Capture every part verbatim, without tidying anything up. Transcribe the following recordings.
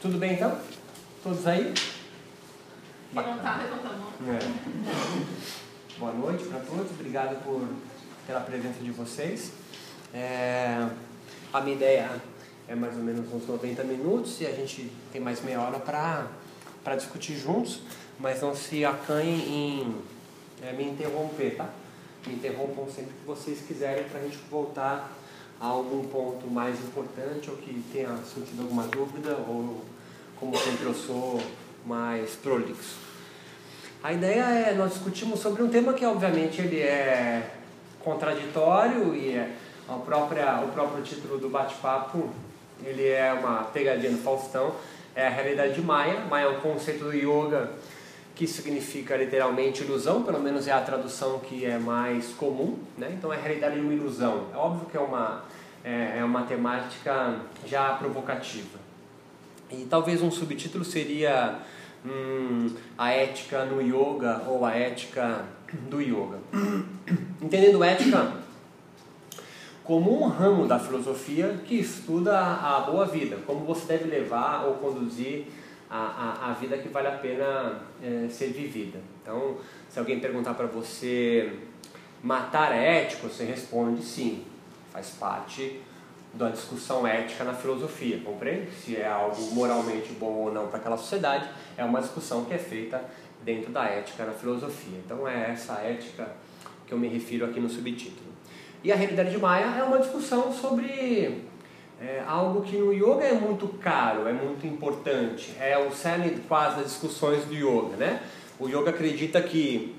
Tudo bem então? Todos aí? Quem não tá, levanta a mão. É. Boa noite para todos, obrigado por, pela presença de vocês. É, a minha ideia é mais ou menos uns noventa minutos e a gente tem mais meia hora para discutir juntos, mas não se acanhem em é, me interromper, tá? Me interrompam sempre que vocês quiserem para a gente voltar a algum ponto mais importante ou que tenha surgido alguma dúvida, ou como sempre eu sou mais prolixo. A ideia é, nós discutimos sobre um tema que obviamente ele é contraditório e é, a própria, o próprio título do bate-papo ele é uma pegadinha do Faustão, é a realidade de Maya. Maya é um conceito do yoga que significa literalmente ilusão, pelo menos é a tradução que é mais comum, né? Então é a realidade de uma ilusão. É óbvio que é uma, é, é uma temática já provocativa. E talvez um subtítulo seria hum, a ética no yoga ou a ética do yoga. Entendendo ética como um ramo da filosofia que estuda a boa vida, como você deve levar ou conduzir a, a, a vida que vale a pena é, ser vivida. Então, se alguém perguntar para você, matar é ético? Você responde sim, faz parte da discussão ética na filosofia, compreende? Se é algo moralmente bom ou não para aquela sociedade, é uma discussão que é feita dentro da ética na filosofia. Então é essa ética que eu me refiro aqui no subtítulo. E a realidade de Maya é uma discussão sobre é, algo que no yoga é muito caro, é muito importante, é o cerne quase das discussões do yoga, né? O yoga acredita que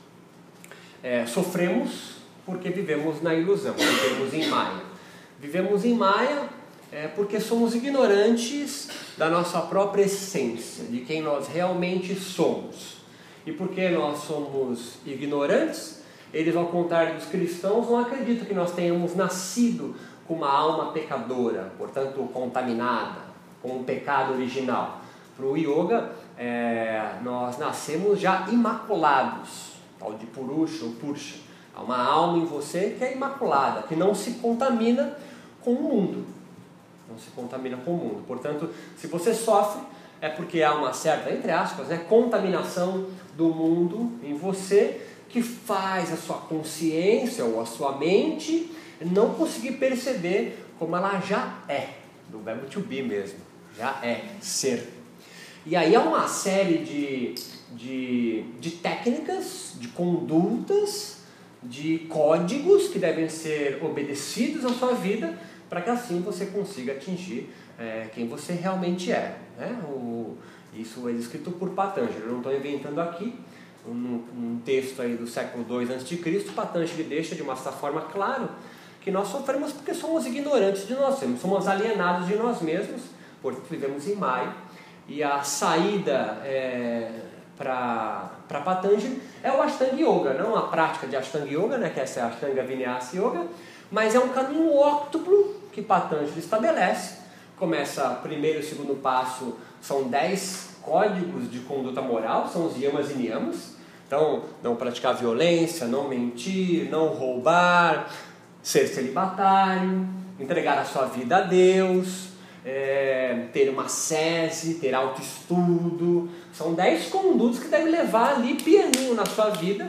é, sofremos porque vivemos na ilusão, vivemos em Maya. Vivemos em Maya é, porque somos ignorantes da nossa própria essência, de quem nós realmente somos. E porque nós somos ignorantes, eles, ao contrário dos cristãos, não acreditam que nós tenhamos nascido com uma alma pecadora, portanto contaminada, com um pecado original. Para o yoga, é, nós nascemos já imaculados, tal de Purusha ou Pursha. Há uma alma em você que é imaculada, que não se contamina com o mundo. Não se contamina com o mundo. Portanto, se você sofre, é porque há uma certa, entre aspas, né, contaminação do mundo em você, que faz a sua consciência ou a sua mente não conseguir perceber como ela já é, do verbo to be mesmo, já é, ser. E aí há uma série de, de, de técnicas, de condutas, de códigos que devem ser obedecidos na sua vida para que assim você consiga atingir é, quem você realmente é, né? O, isso é escrito por Patanjali, eu não estou inventando aqui. Um, um texto aí do século dois antes de Cristo, Patanjali deixa de uma certa forma claro que nós sofremos porque somos ignorantes de nós mesmos, somos alienados de nós mesmos, portanto vivemos em Maya. E a saída é, para Patanjali é o Ashtanga Yoga, não a prática de Ashtanga Yoga, né, que essa é a Ashtanga Vinyasa Yoga, mas é um caminho óctuplo que Patanjali estabelece. Começa, primeiro e segundo passo, são dez códigos de conduta moral, são os yamas e niyamas. Então, não praticar violência, não mentir, não roubar, ser celibatário, entregar a sua vida a Deus, é, ter uma sese, ter autoestudo. São dez condutas que devem levar ali pianinho na sua vida,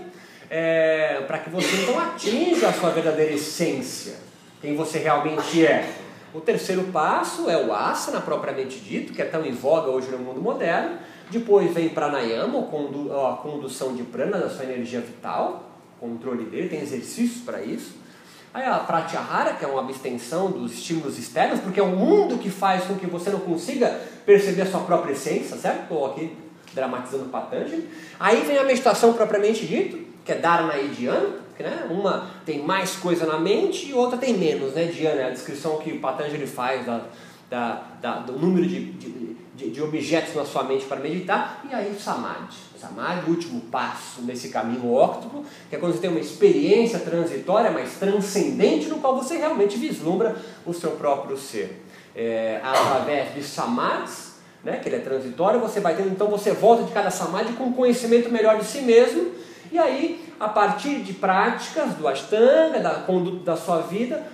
é, para que você então atinja a sua verdadeira essência, quem você realmente é. O terceiro passo é o asana, propriamente dito, que é tão em voga hoje no mundo moderno. Depois vem pranayama, a condução de prana da sua energia vital, controle dele, tem exercícios para isso. Aí a pratyahara, que é uma abstenção dos estímulos externos, porque é o mundo que faz com que você não consiga perceber a sua própria essência, certo? Estou aqui dramatizando Patanjali. Aí vem a meditação propriamente dito, que é dharana e dhyana. Né? Uma tem mais coisa na mente e outra tem menos, né? Dhyana é a descrição que o Patanjali faz da, da, da, do número de, de, de, de objetos na sua mente para meditar. E aí Samadhi. Samadhi, o último passo nesse caminho óctuplo, que é quando você tem uma experiência transitória, mas transcendente, no qual você realmente vislumbra o seu próprio ser. É, através de Samadhis, né, que ele é transitório, você vai tendo, então você volta de cada Samadhi com um conhecimento melhor de si mesmo. E aí, a partir de práticas do Ashtanga, da conduta da sua vida,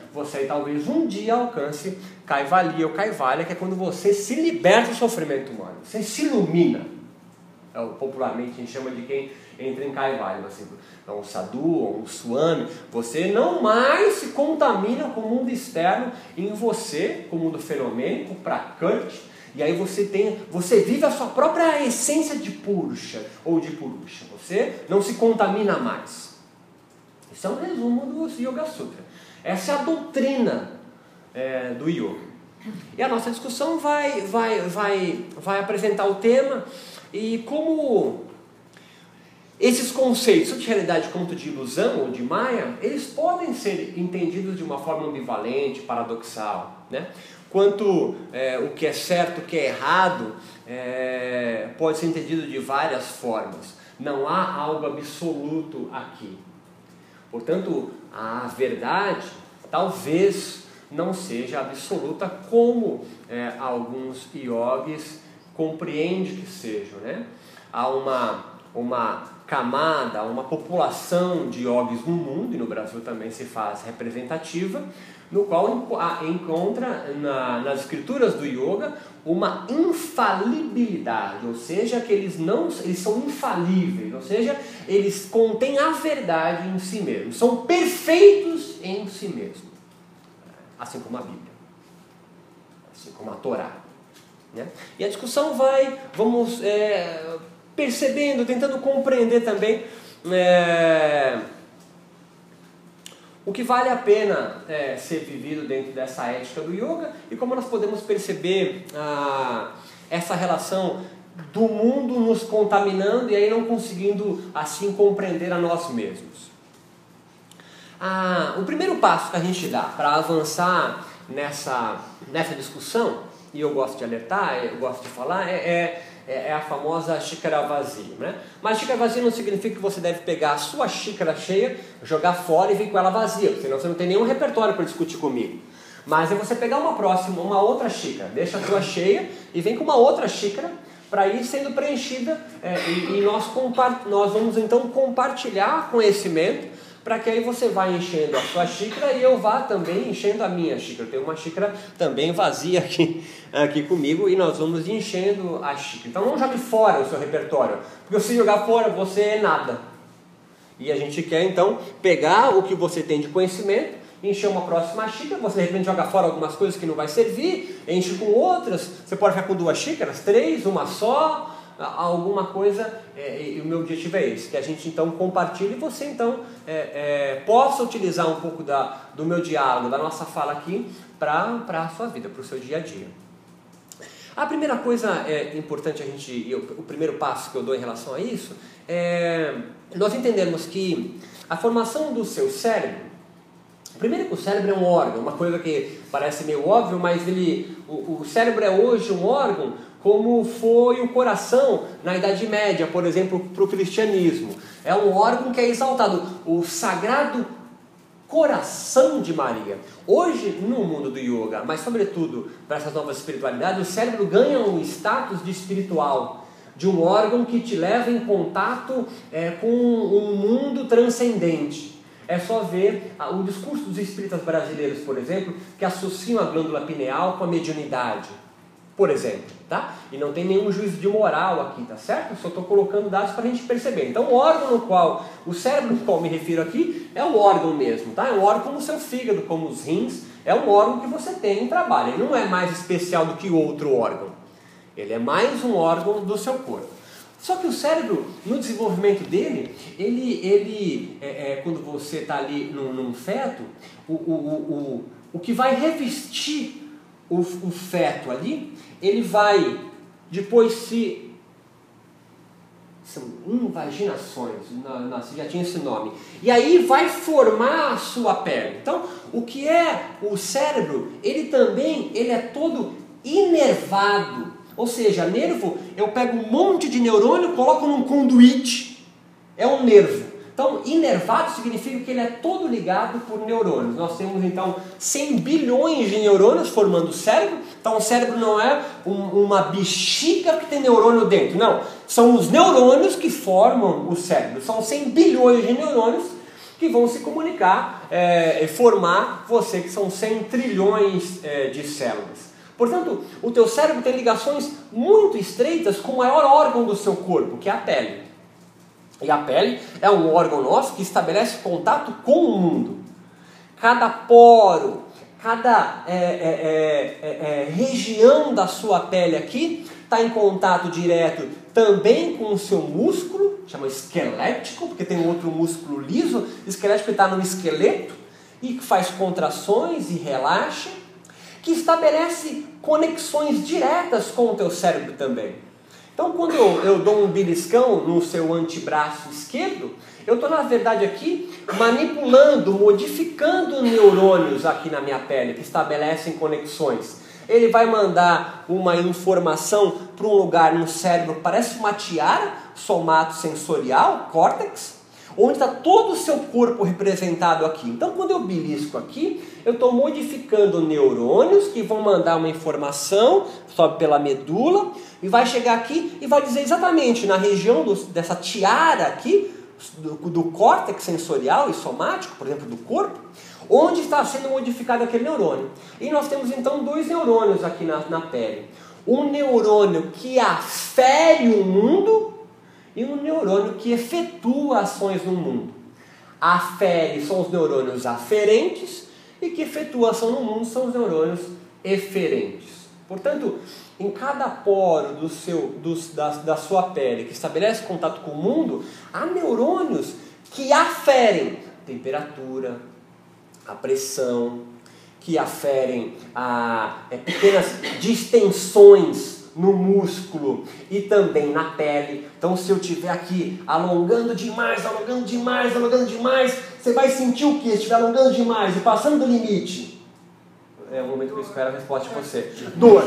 você talvez um dia alcance Kaivalya ou Kaivalya, que é quando você se liberta do sofrimento humano, você se ilumina. É, popularmente a gente chama de quem entra em Kaivalya, assim, é um sadhu ou um swami. Você não mais se contamina com o mundo externo, em você, com o mundo fenomênico, prakriti, e aí você tem, você vive a sua própria essência de Purusha ou de Purusha. Você não se contamina mais. Isso é um resumo do Yoga Sutra. Essa é a doutrina é, do yoga. E a nossa discussão vai, vai, vai, vai apresentar o tema e como esses conceitos, tanto de realidade quanto de ilusão ou de Maya, eles podem ser entendidos de uma forma ambivalente, paradoxal, né? Quanto é, o que é certo, o que é errado, é, pode ser entendido de várias formas. Não há algo absoluto aqui. Portanto, a verdade talvez não seja absoluta como é, alguns yogis compreendem que seja, né? Há uma, uma camada, uma população de yogis no mundo, e no Brasil também se faz representativa, no qual encontra na, nas escrituras do yoga uma infalibilidade, ou seja, que eles, não, eles são infalíveis, ou seja, eles contêm a verdade em si mesmos, são perfeitos em si mesmos, assim como a Bíblia, assim como a Torá, né? E a discussão vai, vamos é, percebendo, tentando compreender também é, o que vale a pena é, ser vivido dentro dessa ética do yoga e como nós podemos perceber ah, essa relação do mundo nos contaminando e aí não conseguindo assim compreender a nós mesmos. Ah, o primeiro passo que a gente dá para avançar nessa, nessa discussão, e eu gosto de alertar, eu gosto de falar, é, é, é a famosa xícara vazia, né? Mas xícara vazia não significa que você deve pegar a sua xícara cheia, jogar fora e vir com ela vazia, senão você não tem nenhum repertório para discutir comigo. Mas é você pegar uma próxima, uma outra xícara, deixa a sua cheia e vem com uma outra xícara para ir sendo preenchida é, e, e nós, nós vamos então compartilhar conhecimento para que aí você vá enchendo a sua xícara e eu vá também enchendo a minha xícara. Eu tenho uma xícara também vazia aqui, aqui comigo e nós vamos enchendo a xícara. Então não jogue fora o seu repertório, porque se jogar fora você é nada. E a gente quer então pegar o que você tem de conhecimento, encher uma próxima xícara, você de repente joga fora algumas coisas que não vai servir, enche com outras, você pode ficar com duas xícaras, três, uma só, alguma coisa, é, e o meu objetivo é esse, que a gente então compartilhe e você então é, é, possa utilizar um pouco da, do meu diálogo, da nossa fala aqui para a sua vida, para o seu dia a dia. A primeira coisa é importante a gente, eu, o primeiro passo que eu dou em relação a isso é nós entendermos que a formação do seu cérebro, primeiro que o cérebro é um órgão, uma coisa que parece meio óbvio, mas ele, o, o cérebro é hoje um órgão como foi o coração na Idade Média, por exemplo, para o cristianismo. É um órgão que é exaltado, o sagrado coração de Maria. Hoje, no mundo do yoga, mas sobretudo para essas novas espiritualidades, o cérebro ganha um status de espiritual, de um órgão que te leva em contato é, com um mundo transcendente. É só ver ah, o discurso dos espíritas brasileiros, por exemplo, que associam a glândula pineal com a mediunidade, por exemplo, tá? E não tem nenhum juízo de moral aqui, tá certo? Eu só estou colocando dados para a gente perceber. Então, o órgão no qual, o cérebro no qual me refiro aqui, é o órgão mesmo, tá? É um órgão como o seu fígado, como os rins, é um órgão que você tem em trabalho. Ele não é mais especial do que outro órgão. Ele é mais um órgão do seu corpo. Só que o cérebro, no desenvolvimento dele, ele, ele é, é, quando você está ali num, num feto, o, o, o, o, o que vai revestir o, o feto ali, ele vai depois se... São invaginações, na, na, já tinha esse nome. E aí vai formar a sua pele. Então, o que é o cérebro, ele também ele é todo inervado. Ou seja, nervo, eu pego um monte de neurônio, coloco num conduíte, é um nervo. Então, inervado significa que ele é todo ligado por neurônios. Nós temos, então, cem bilhões de neurônios formando o cérebro. Então, o cérebro não é um, uma bexiga que tem neurônio dentro. Não, são os neurônios que formam o cérebro. São cem bilhões de neurônios que vão se comunicar é, e formar você, que são cem trilhões é, de células. Portanto, o teu cérebro tem ligações muito estreitas com o maior órgão do seu corpo, que é a pele. E a pele é um órgão nosso que estabelece contato com o mundo. Cada poro, cada é, é, é, é, região da sua pele aqui está em contato direto também com o seu músculo, chama esquelético, porque tem um outro músculo liso, esquelético está no esqueleto, e que faz contrações e relaxa, que estabelece conexões diretas com o teu cérebro também. Então, quando eu, eu dou um beliscão no seu antebraço esquerdo, eu estou, na verdade, aqui manipulando, modificando neurônios aqui na minha pele, que estabelecem conexões. Ele vai mandar uma informação para um lugar no cérebro, parece uma tiara somatosensorial, córtex, onde está todo o seu corpo representado aqui. Então, quando eu belisco aqui, eu estou modificando neurônios que vão mandar uma informação, sobe pela medula, e vai chegar aqui e vai dizer exatamente na região do, dessa tiara aqui, do, do córtex sensorial e somático, por exemplo, do corpo, onde está sendo modificado aquele neurônio. E nós temos então dois neurônios aqui na, na pele. Um neurônio que afere o mundo e um neurônio que efetua ações no mundo. Afere são os neurônios aferentes e que efetua ação no mundo são os neurônios eferentes. Portanto, em cada poro do seu, do, da, da sua pele que estabelece contato com o mundo, há neurônios que aferem temperatura, a pressão, que aferem a, é, pequenas distensões no músculo e também na pele. Então, se eu estiver aqui alongando demais, alongando demais, alongando demais, você vai sentir o quê? Se estiver alongando demais e passando do limite, é o momento que eu espero a resposta de você. Dor.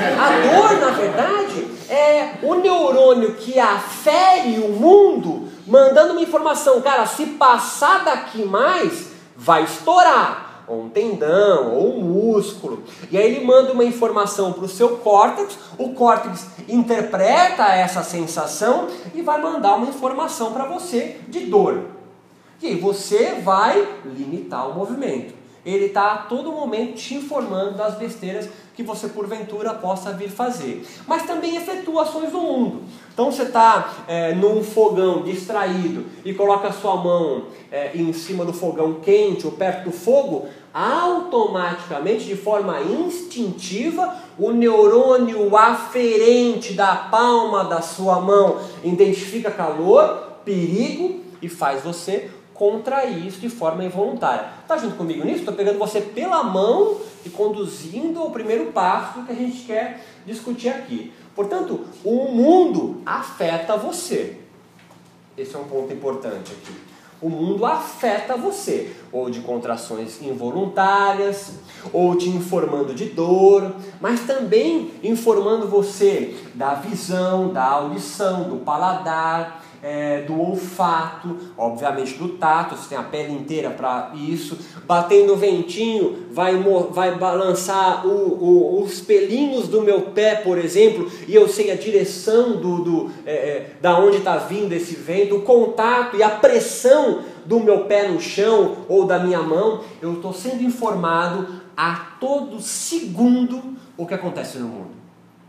A dor, na verdade, é o neurônio que afere o mundo, mandando uma informação. Cara, se passar daqui mais, vai estourar. Ou um tendão, ou um músculo. E aí ele manda uma informação para o seu córtex, o córtex interpreta essa sensação e vai mandar uma informação para você de dor. E aí você vai limitar o movimento. Ele está a todo momento te informando das besteiras que você porventura possa vir fazer. Mas também efetua ações no mundo. Então você está é, num fogão distraído e coloca a sua mão é, em cima do fogão quente ou perto do fogo, automaticamente, de forma instintiva, o neurônio aferente da palma da sua mão identifica calor, perigo e faz você contrair isso de forma involuntária. Está junto comigo nisso? Estou pegando você pela mão e conduzindo ao primeiro passo que a gente quer discutir aqui. Portanto, o mundo afeta você. Esse é um ponto importante aqui. O mundo afeta você, ou de contrações involuntárias, ou te informando de dor, mas também informando você da visão, da audição, do paladar, é, do olfato, obviamente do tato, você tem a pele inteira para isso. Batendo o ventinho, vai, vai balançar o, o, os pelinhos do meu pé, por exemplo, e eu sei a direção do, do, é, é, da onde está vindo esse vento, o contato e a pressão do meu pé no chão ou da minha mão. Eu estou sendo informado a todo segundo o que acontece no mundo.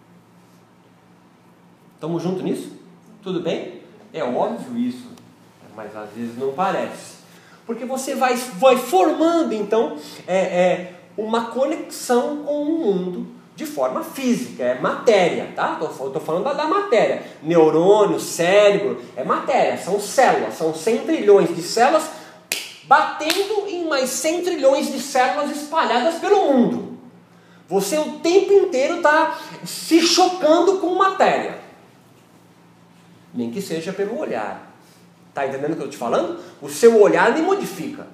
Estamos juntos nisso? Tudo bem? É óbvio isso, mas às vezes não parece. Porque você vai, vai formando, então, é, é, uma conexão com o mundo de forma física, é matéria, tá? Estou falando da, da matéria. Neurônio, cérebro, é matéria, são células, são cem trilhões de células batendo em mais cem trilhões de células espalhadas pelo mundo. Você o tempo inteiro está se chocando com matéria. Nem que seja pelo olhar. Está entendendo o que eu estou te falando? O seu olhar me modifica.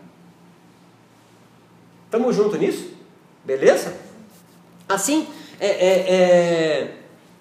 Estamos juntos nisso? Beleza? Assim, é, é, é...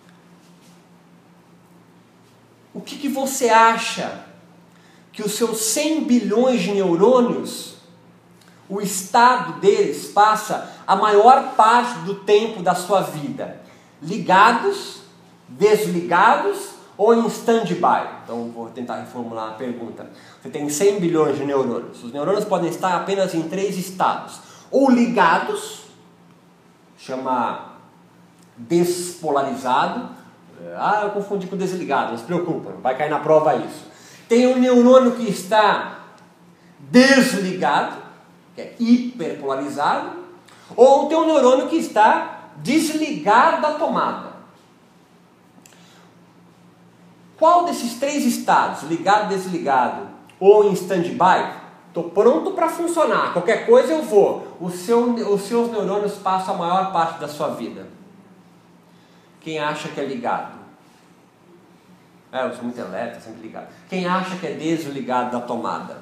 o que, que você acha que os seus cem bilhões de neurônios, o estado deles passa a maior parte do tempo da sua vida? Ligados, desligados ou em stand-by? Então vou tentar reformular a pergunta. Você tem cem bilhões de neurônios. Os neurônios podem estar apenas em três estados. Ou ligados, chama despolarizado. Ah, eu confundi com desligado, não se preocupa, vai cair na prova isso. Tem um neurônio que está desligado, que é hiperpolarizado, ou tem um neurônio que está desligado da tomada. Qual desses três estados, ligado, desligado ou em stand-by, estou pronto para funcionar, qualquer coisa eu vou, o seu, os seus neurônios passam a maior parte da sua vida? Quem acha que é ligado? É, eu sou muito elétrico, sempre ligado. Quem acha que é desligado da tomada?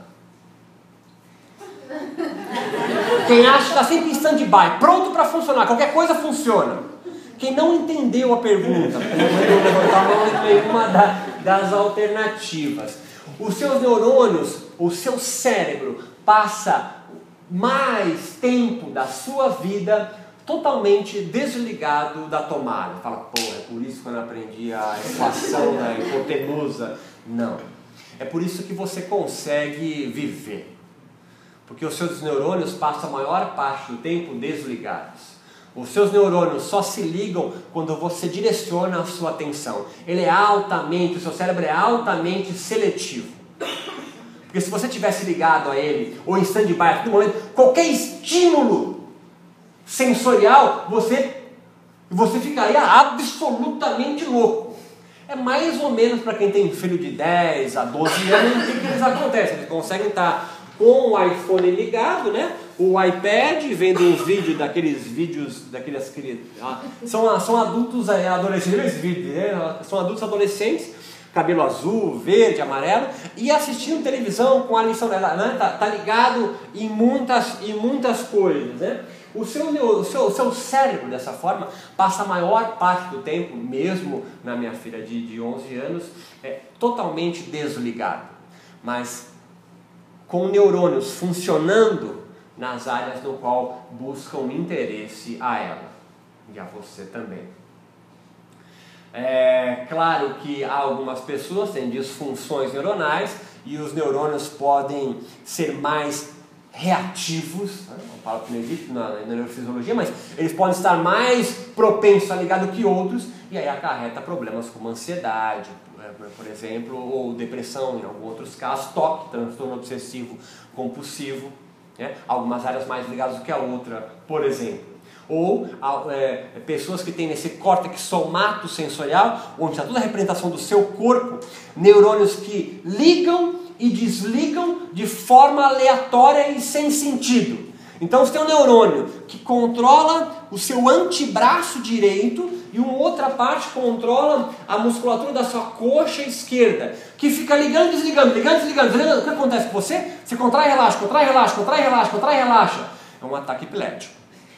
Quem acha que está sempre em stand-by, pronto para funcionar, qualquer coisa funciona? Quem não entendeu a pergunta, eu levantar a mão em nenhuma das alternativas. Os seus neurônios, o seu cérebro passa mais tempo da sua vida totalmente desligado da tomada. Fala, pô, é por isso que eu não aprendi a equação da hipotenusa. Não. É por isso que você consegue viver. Porque os seus neurônios passam a maior parte do tempo desligados. Os seus neurônios só se ligam quando você direciona a sua atenção. Ele é altamente, o seu cérebro é altamente seletivo. Porque se você tivesse ligado a ele, ou em stand-by a todo momento, qualquer estímulo sensorial, você, você ficaria absolutamente louco. É mais ou menos para quem tem filho de dez a doze anos, o que eles acontecem? Eles conseguem estar com o iPhone ligado, né? O iPad, vendo uns vídeos, daqueles vídeos, daqueles, aqueles, ah, são, são adultos adolescentes, vídeos, né? São adultos adolescentes, cabelo azul, verde, amarelo, e assistindo televisão com a lição dela, né? Tá, tá ligado em muitas, em muitas coisas, né? O seu, o, seu, o seu cérebro, dessa forma, passa a maior parte do tempo, mesmo na minha filha de, de onze anos, é totalmente desligado. Mas com neurônios funcionando nas áreas no qual buscam interesse a ela. E a você também. É claro que algumas pessoas têm disfunções neuronais e os neurônios podem ser mais reativos, né? Uma palavra que não existe na, na neurofisiologia, mas eles podem estar mais propensos a ligar do que outros, e aí acarreta problemas como ansiedade, por exemplo, ou depressão, em alguns outros casos, T O C, transtorno obsessivo compulsivo, né? Algumas áreas mais ligadas do que a outra, por exemplo. Ou é, pessoas que têm esse córtex somatosensorial, onde está toda a representação do seu corpo, neurônios que ligam e desligam de forma aleatória e sem sentido. Então você tem um neurônio que controla o seu antebraço direito e uma outra parte controla a musculatura da sua coxa esquerda, que fica ligando e desligando, ligando e desligando, desligando. O que acontece com você? Você contrai e relaxa, contrai e relaxa, contrai e relaxa, contrai e relaxa. É um ataque epilético.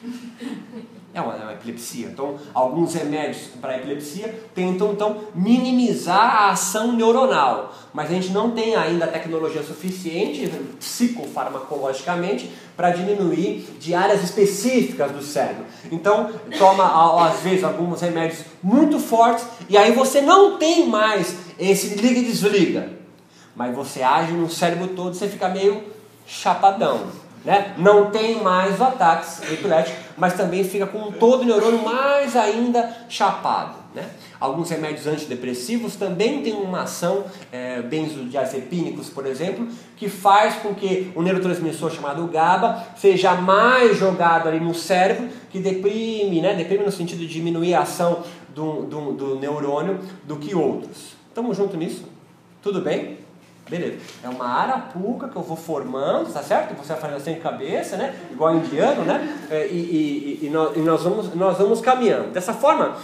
É uma, é uma epilepsia. Então, alguns remédios para epilepsia tentam então minimizar a ação neuronal, mas a gente não tem ainda tecnologia suficiente, psicofarmacologicamente, para diminuir de áreas específicas do cérebro. Então, toma às vezes alguns remédios muito fortes e aí você não tem mais esse liga e desliga, mas você age no cérebro todo e você fica meio chapadão. Né? Não tem mais os ataques epiléticos, mas também fica com todo o neurônio mais ainda chapado, né? Alguns remédios antidepressivos também têm uma ação, é, benzodiazepínicos, por exemplo, que faz com que o neurotransmissor chamado GABA seja mais jogado ali no cérebro, que deprime, né? Deprime no sentido de diminuir a ação do, do, do neurônio do que outros. Estamos juntos nisso? Tudo bem? Beleza, é uma arapuca que eu vou formando, tá certo? Você vai fazendo assim de cabeça, né? Igual indiano, né? É, e, e, e, nós, e nós, vamos, nós vamos caminhando. Dessa forma,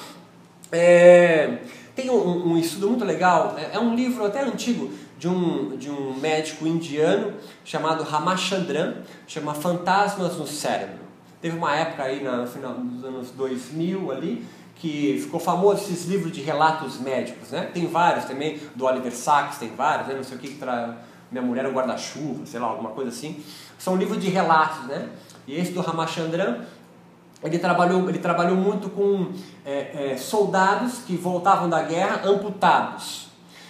é, tem um, um estudo muito legal, é, é um livro até antigo, de um, de um médico indiano chamado Ramachandran, chama Fantasmas no Cérebro. Teve uma época aí no final dos anos dois mil ali, que ficou famoso esses livros de relatos médicos, né? Tem vários também, do Oliver Sacks, tem vários, né? Não sei o que, que tra... Minha Mulher é um Guarda-Chuva, sei lá, alguma coisa assim. São livros de relatos, né? E esse do Ramachandran, ele trabalhou, ele trabalhou muito com é, é, soldados que voltavam da guerra amputados.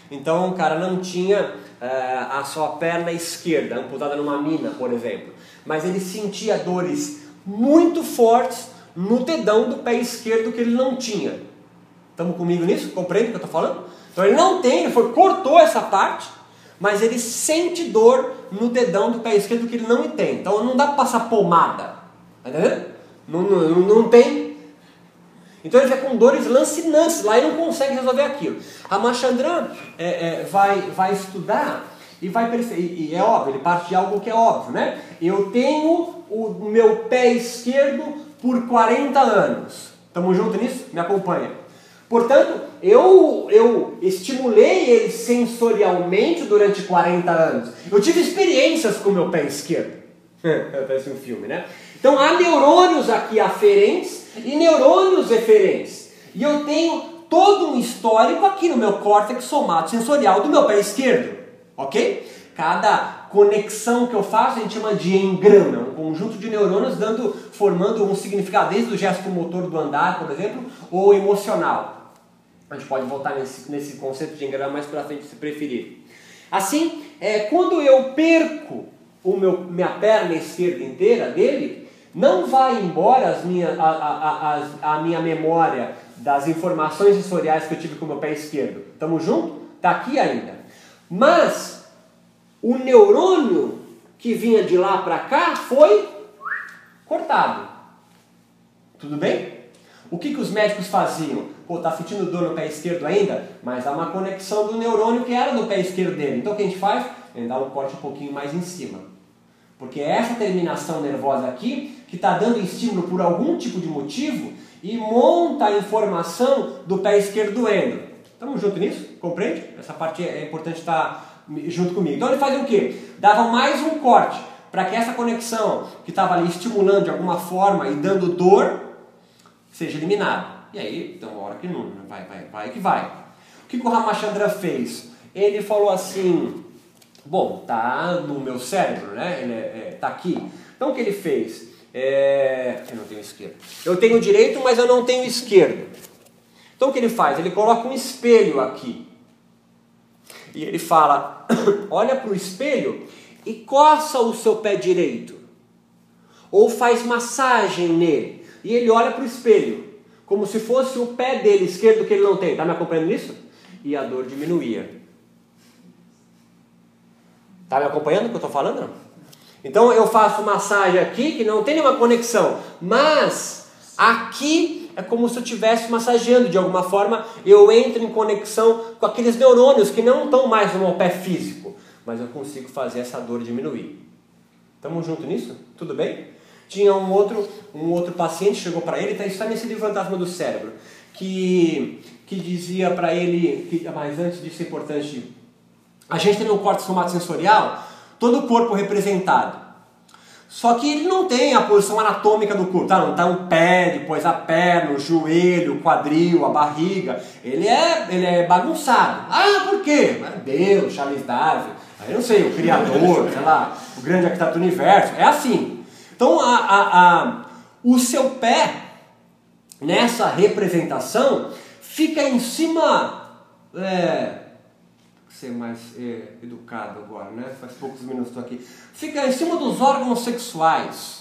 Então o cara não tinha é, a sua perna esquerda amputada numa mina, por exemplo. Mas ele sentia dores muito fortes no dedão do pé esquerdo que ele não tinha. Estamos comigo nisso? Compreende o que eu estou falando? Então ele não tem, ele foi, cortou essa parte, mas ele sente dor no dedão do pé esquerdo que ele não tem. Então não dá para passar pomada. Tá entendendo? Não, não, não tem. Então ele fica com dores lancinantes lá e não consegue resolver aquilo. Ramachandran é, é, vai, vai estudar e vai perceber, e é óbvio, ele parte de algo que é óbvio, né? Eu tenho o meu pé esquerdo por quarenta anos. Estamos juntos nisso? Me acompanha. Portanto, eu, eu estimulei ele sensorialmente durante quarenta anos. Eu tive experiências com o meu pé esquerdo. Parece um filme, né? Então há neurônios aqui aferentes e neurônios eferentes. E eu tenho todo um histórico aqui no meu córtex somatosensorial do meu pé esquerdo. Ok? Cada conexão que eu faço a gente chama de engrama, um conjunto de neurônios dando, formando um significado, desde o gesto motor do andar, por exemplo, ou emocional. A gente pode voltar nesse, nesse conceito de engrama mais para frente, se preferir. Assim, é, quando eu perco o meu, minha perna esquerda inteira dele, não vai embora as minha, a, a, a, a minha memória das informações sensoriais que eu tive com o meu pé esquerdo. Estamos juntos? Está aqui ainda. Mas o neurônio que vinha de lá para cá foi cortado. Tudo bem? O que, que os médicos faziam? Pô, tá sentindo dor no pé esquerdo ainda? Mas há uma conexão do neurônio que era no pé esquerdo dele. Então o que a gente faz? A gente dá um corte um pouquinho mais em cima. Porque é essa terminação nervosa aqui que está dando estímulo por algum tipo de motivo e monta a informação do pé esquerdo doendo. Estamos juntos nisso? Compreende? Essa parte é importante estar junto comigo. Então ele fazia o quê? Dava mais um corte para que essa conexão que estava ali estimulando de alguma forma e dando dor seja eliminada. E aí, então, uma hora que não, vai, vai, vai que vai. O que, que o Ramachandran fez? Ele falou assim, bom, tá no meu cérebro, né? Ele é, é, tá aqui. Então o que ele fez? É, eu não tenho esquerdo. Eu tenho direito, mas eu não tenho esquerdo. Então o que ele faz? Ele coloca um espelho aqui. E ele fala, olha para o espelho e coça o seu pé direito. Ou faz massagem nele. E ele olha para o espelho, como se fosse o pé dele esquerdo que ele não tem. Está me acompanhando nisso? E a dor diminuía. Está me acompanhando o que eu estou falando? Não? Então eu faço massagem aqui, que não tem nenhuma conexão. Mas aqui é como se eu estivesse massageando. De alguma forma eu entro em conexão com aqueles neurônios que não estão mais no meu pé físico. Mas eu consigo fazer essa dor diminuir. Estamos juntos nisso? Tudo bem? Tinha um outro, um outro paciente, chegou para ele, está nesse livro Fantasma do Cérebro, que, que dizia para ele, que, mas antes disso é importante, a gente tem no córtex somatosensorial todo o corpo representado. Só que ele não tem a posição anatômica do corpo, tá? Não está o pé, depois a perna, o joelho, o quadril, a barriga. Ele é, ele é bagunçado. Ah, por quê? Deus, Charles Darwin, aí não sei, o criador, sei lá, o grande arquiteto do universo. É assim. Então, a, a, a, o seu pé, nessa representação, fica em cima... É, ser mais é, educado agora, né? Faz poucos minutos estou aqui. Fica em cima dos órgãos sexuais.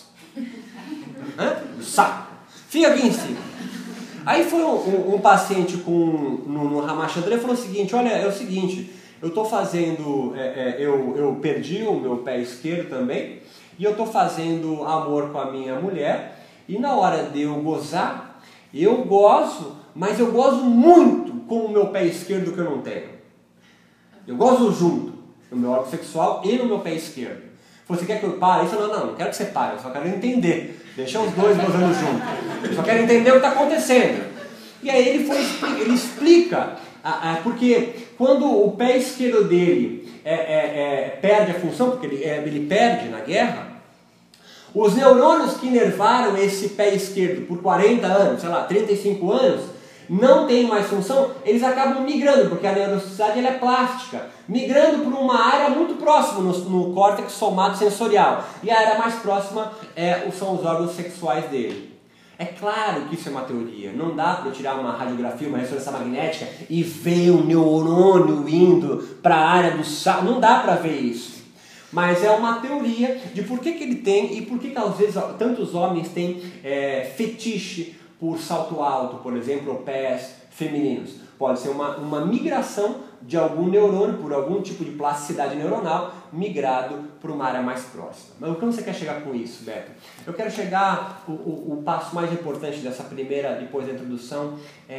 Hã? Do saco. Fica aqui em cima. Aí foi um, um, um paciente com, no, no Ramachandran e falou o seguinte, olha, é o seguinte, eu estou fazendo... É, é, eu, eu perdi o meu pé esquerdo também, e eu estou fazendo amor com a minha mulher, e na hora de eu gozar, eu gozo, mas eu gozo muito com o meu pé esquerdo que eu não tenho. Eu gozo junto, no meu órgão sexual e no meu pé esquerdo. Você quer que eu pare? Isso não, não, não quero que você pare, eu só quero entender. Deixa os dois gozando junto. Eu só quero entender o que está acontecendo. E aí ele, foi, ele explica, a, a, porque quando o pé esquerdo dele é, é, é, perde a função, porque ele, é, ele perde na guerra, os neurônios que inervaram esse pé esquerdo por quarenta anos, sei lá, trinta e cinco anos, não tem mais função, eles acabam migrando, porque a neuroplasticidade ela é plástica, migrando para uma área muito próxima no, no córtex somatosensorial. E a área mais próxima é, são os órgãos sexuais dele. É claro que isso é uma teoria. Não dá para eu tirar uma radiografia, uma ressonância magnética e ver o neurônio indo para a área do sal. Não dá para ver isso. Mas é uma teoria de por que, que ele tem e por que, que às vezes tantos homens têm é, fetiche por salto alto, por exemplo, ou pés femininos. Pode ser uma, uma migração de algum neurônio, por algum tipo de plasticidade neuronal, migrado para uma área mais próxima. Mas o que você quer chegar com isso, Beto? Eu quero chegar, o, o, o passo mais importante dessa primeira, depois da introdução,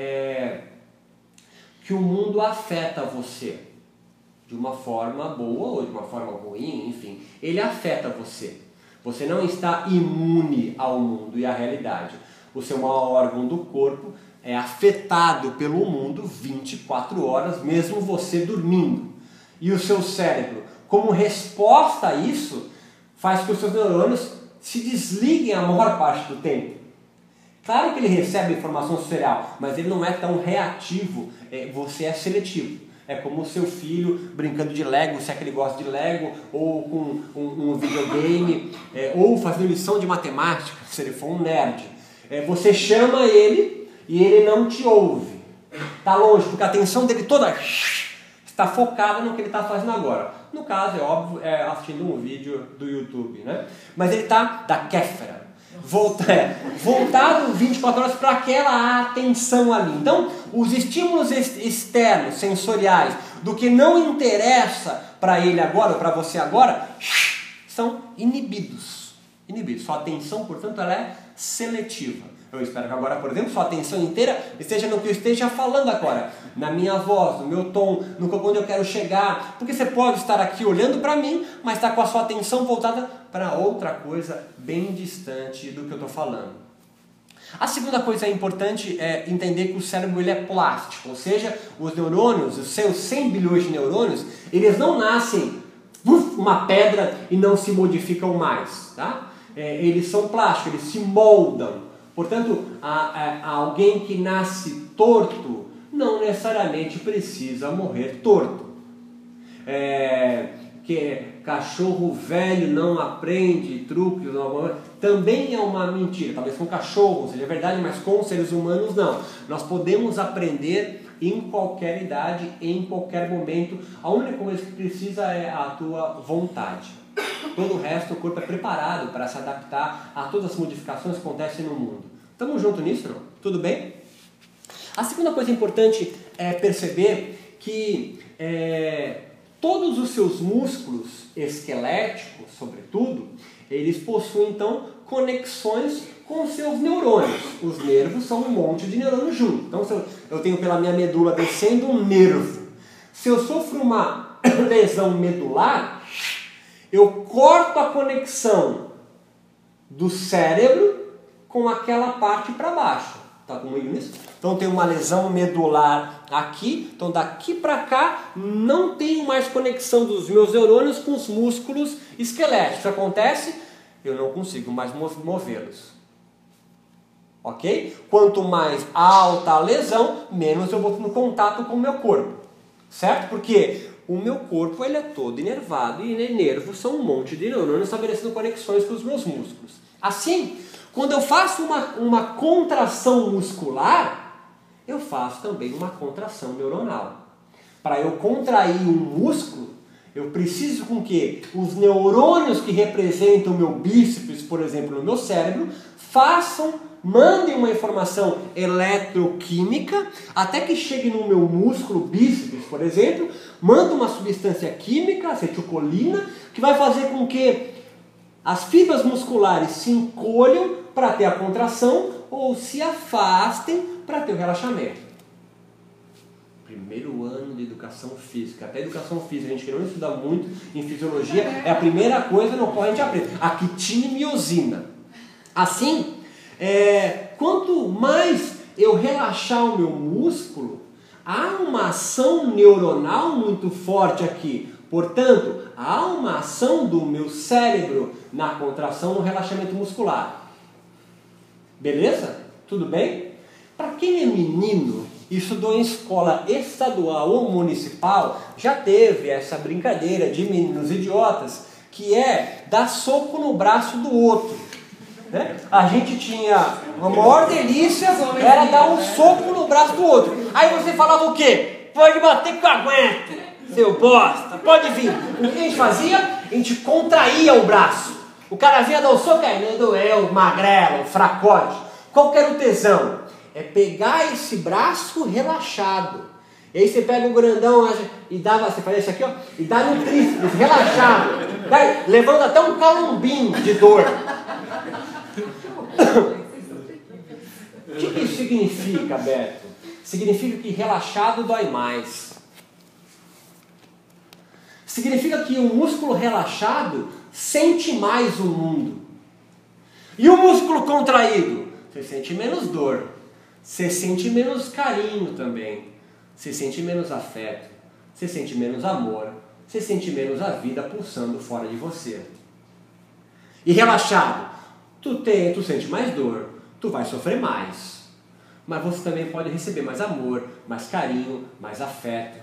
é que o mundo afeta você. De uma forma boa ou de uma forma ruim, enfim, ele afeta você. Você não está imune ao mundo e à realidade. O seu maior órgão do corpo é afetado pelo mundo vinte e quatro horas, mesmo você dormindo. E o seu cérebro, como resposta a isso, faz com que os seus neurônios se desliguem a maior parte do tempo. Claro que ele recebe informação sensorial, mas ele não é tão reativo, você é seletivo. É como o seu filho brincando de Lego, se é que ele gosta de Lego, ou com um, um videogame, é, ou fazendo lição de matemática, se ele for um nerd. É, você chama ele e ele não te ouve. Está longe, porque a atenção dele toda está focada no que ele está fazendo agora. No caso, é óbvio, é assistindo um vídeo do YouTube, né? Mas ele está da Kéfera. Volta, é, voltado vinte e quatro horas para aquela atenção ali. Então, os estímulos externos, sensoriais, do que não interessa para ele agora, ou para você agora, são inibidos. Inibidos. Sua atenção, portanto, ela é seletiva. Eu espero que agora, por exemplo, sua atenção inteira esteja no que eu esteja falando agora, na minha voz, no meu tom, no onde eu quero chegar, porque você pode estar aqui olhando para mim, mas está com a sua atenção voltada para outra coisa bem distante do que eu estou falando. A segunda coisa importante é entender que o cérebro ele é plástico, ou seja, os neurônios, os seus cem bilhões de neurônios, eles não nascem uf, uma pedra e não se modificam mais, tá? É, eles são plásticos, eles se moldam. Portanto, a, a, a alguém que nasce torto não necessariamente precisa morrer torto. É, que cachorro velho não aprende truques, não, também é uma mentira. Talvez com cachorros seja verdade, mas com seres humanos não. Nós podemos aprender em qualquer idade, em qualquer momento. A única coisa que precisa é a tua vontade. Todo o resto, o corpo é preparado para se adaptar a todas as modificações que acontecem no mundo. Estamos juntos nisso, não? Tudo bem? A segunda coisa importante é perceber que é, todos os seus músculos esqueléticos, sobretudo, eles possuem, então, conexões com os seus neurônios. Os nervos são um monte de neurônios juntos. Então, se eu, eu tenho pela minha medula descendo um nervo. Se eu sofro uma lesão medular, eu corto a conexão do cérebro com aquela parte para baixo. Tá comigo nisso? Então tem uma lesão medular aqui, então daqui para cá não tenho mais conexão dos meus neurônios com os músculos esqueléticos. Isso acontece, eu não consigo mais movê-los. Ok? Quanto mais alta a lesão, menos eu vou no contato com o meu corpo. Certo? Porque o meu corpo ele é todo inervado e nervos são um monte de neurônios estabelecendo conexões com os meus músculos. Assim, quando eu faço uma, uma contração muscular, eu faço também uma contração neuronal. Para eu contrair um músculo, eu preciso com que os neurônios que representam o meu bíceps, por exemplo, no meu cérebro, façam, mandem uma informação eletroquímica até que chegue no meu músculo bíceps, por exemplo, manda uma substância química, acetilcolina, que vai fazer com que as fibras musculares se encolham para ter a contração ou se afastem para ter o relaxamento. Primeiro ano de educação física. Até educação física, a gente que não estuda muito em fisiologia, é a primeira coisa no qual a gente aprende. A quitina e miosina. Assim, é, quanto mais eu relaxar o meu músculo, há uma ação neuronal muito forte aqui. Portanto, há uma ação do meu cérebro na contração, no relaxamento muscular. Beleza? Tudo bem? Para quem é menino e estudou em escola estadual ou municipal, já teve essa brincadeira de meninos idiotas, que é dar soco no braço do outro. né? A gente tinha a maior delícia, era dar um soco no braço do outro. Aí você falava o quê? Pode bater que eu aguento, seu bosta, pode vir. O que a gente fazia? A gente contraía o braço. O cara vinha dar o soco, aí não doeu, magrelo, fracote. Qual que era o tesão? É pegar esse braço relaxado. E aí você pega o grandão e dá, você faz isso aqui, ó, e dá no tríceps, relaxado. Daí, levando até um calombinho de dor. O que, que isso significa, Beto? Significa que relaxado dói mais. Significa que o músculo relaxado sente mais o mundo. E o músculo contraído? Você sente menos dor. Você sente menos carinho também. Você sente menos afeto. Você sente menos amor. Você sente menos a vida pulsando fora de você. E relaxado? Tu, tem, tu sente mais dor. Tu vai sofrer mais. Mas você também pode receber mais amor, mais carinho, mais afeto.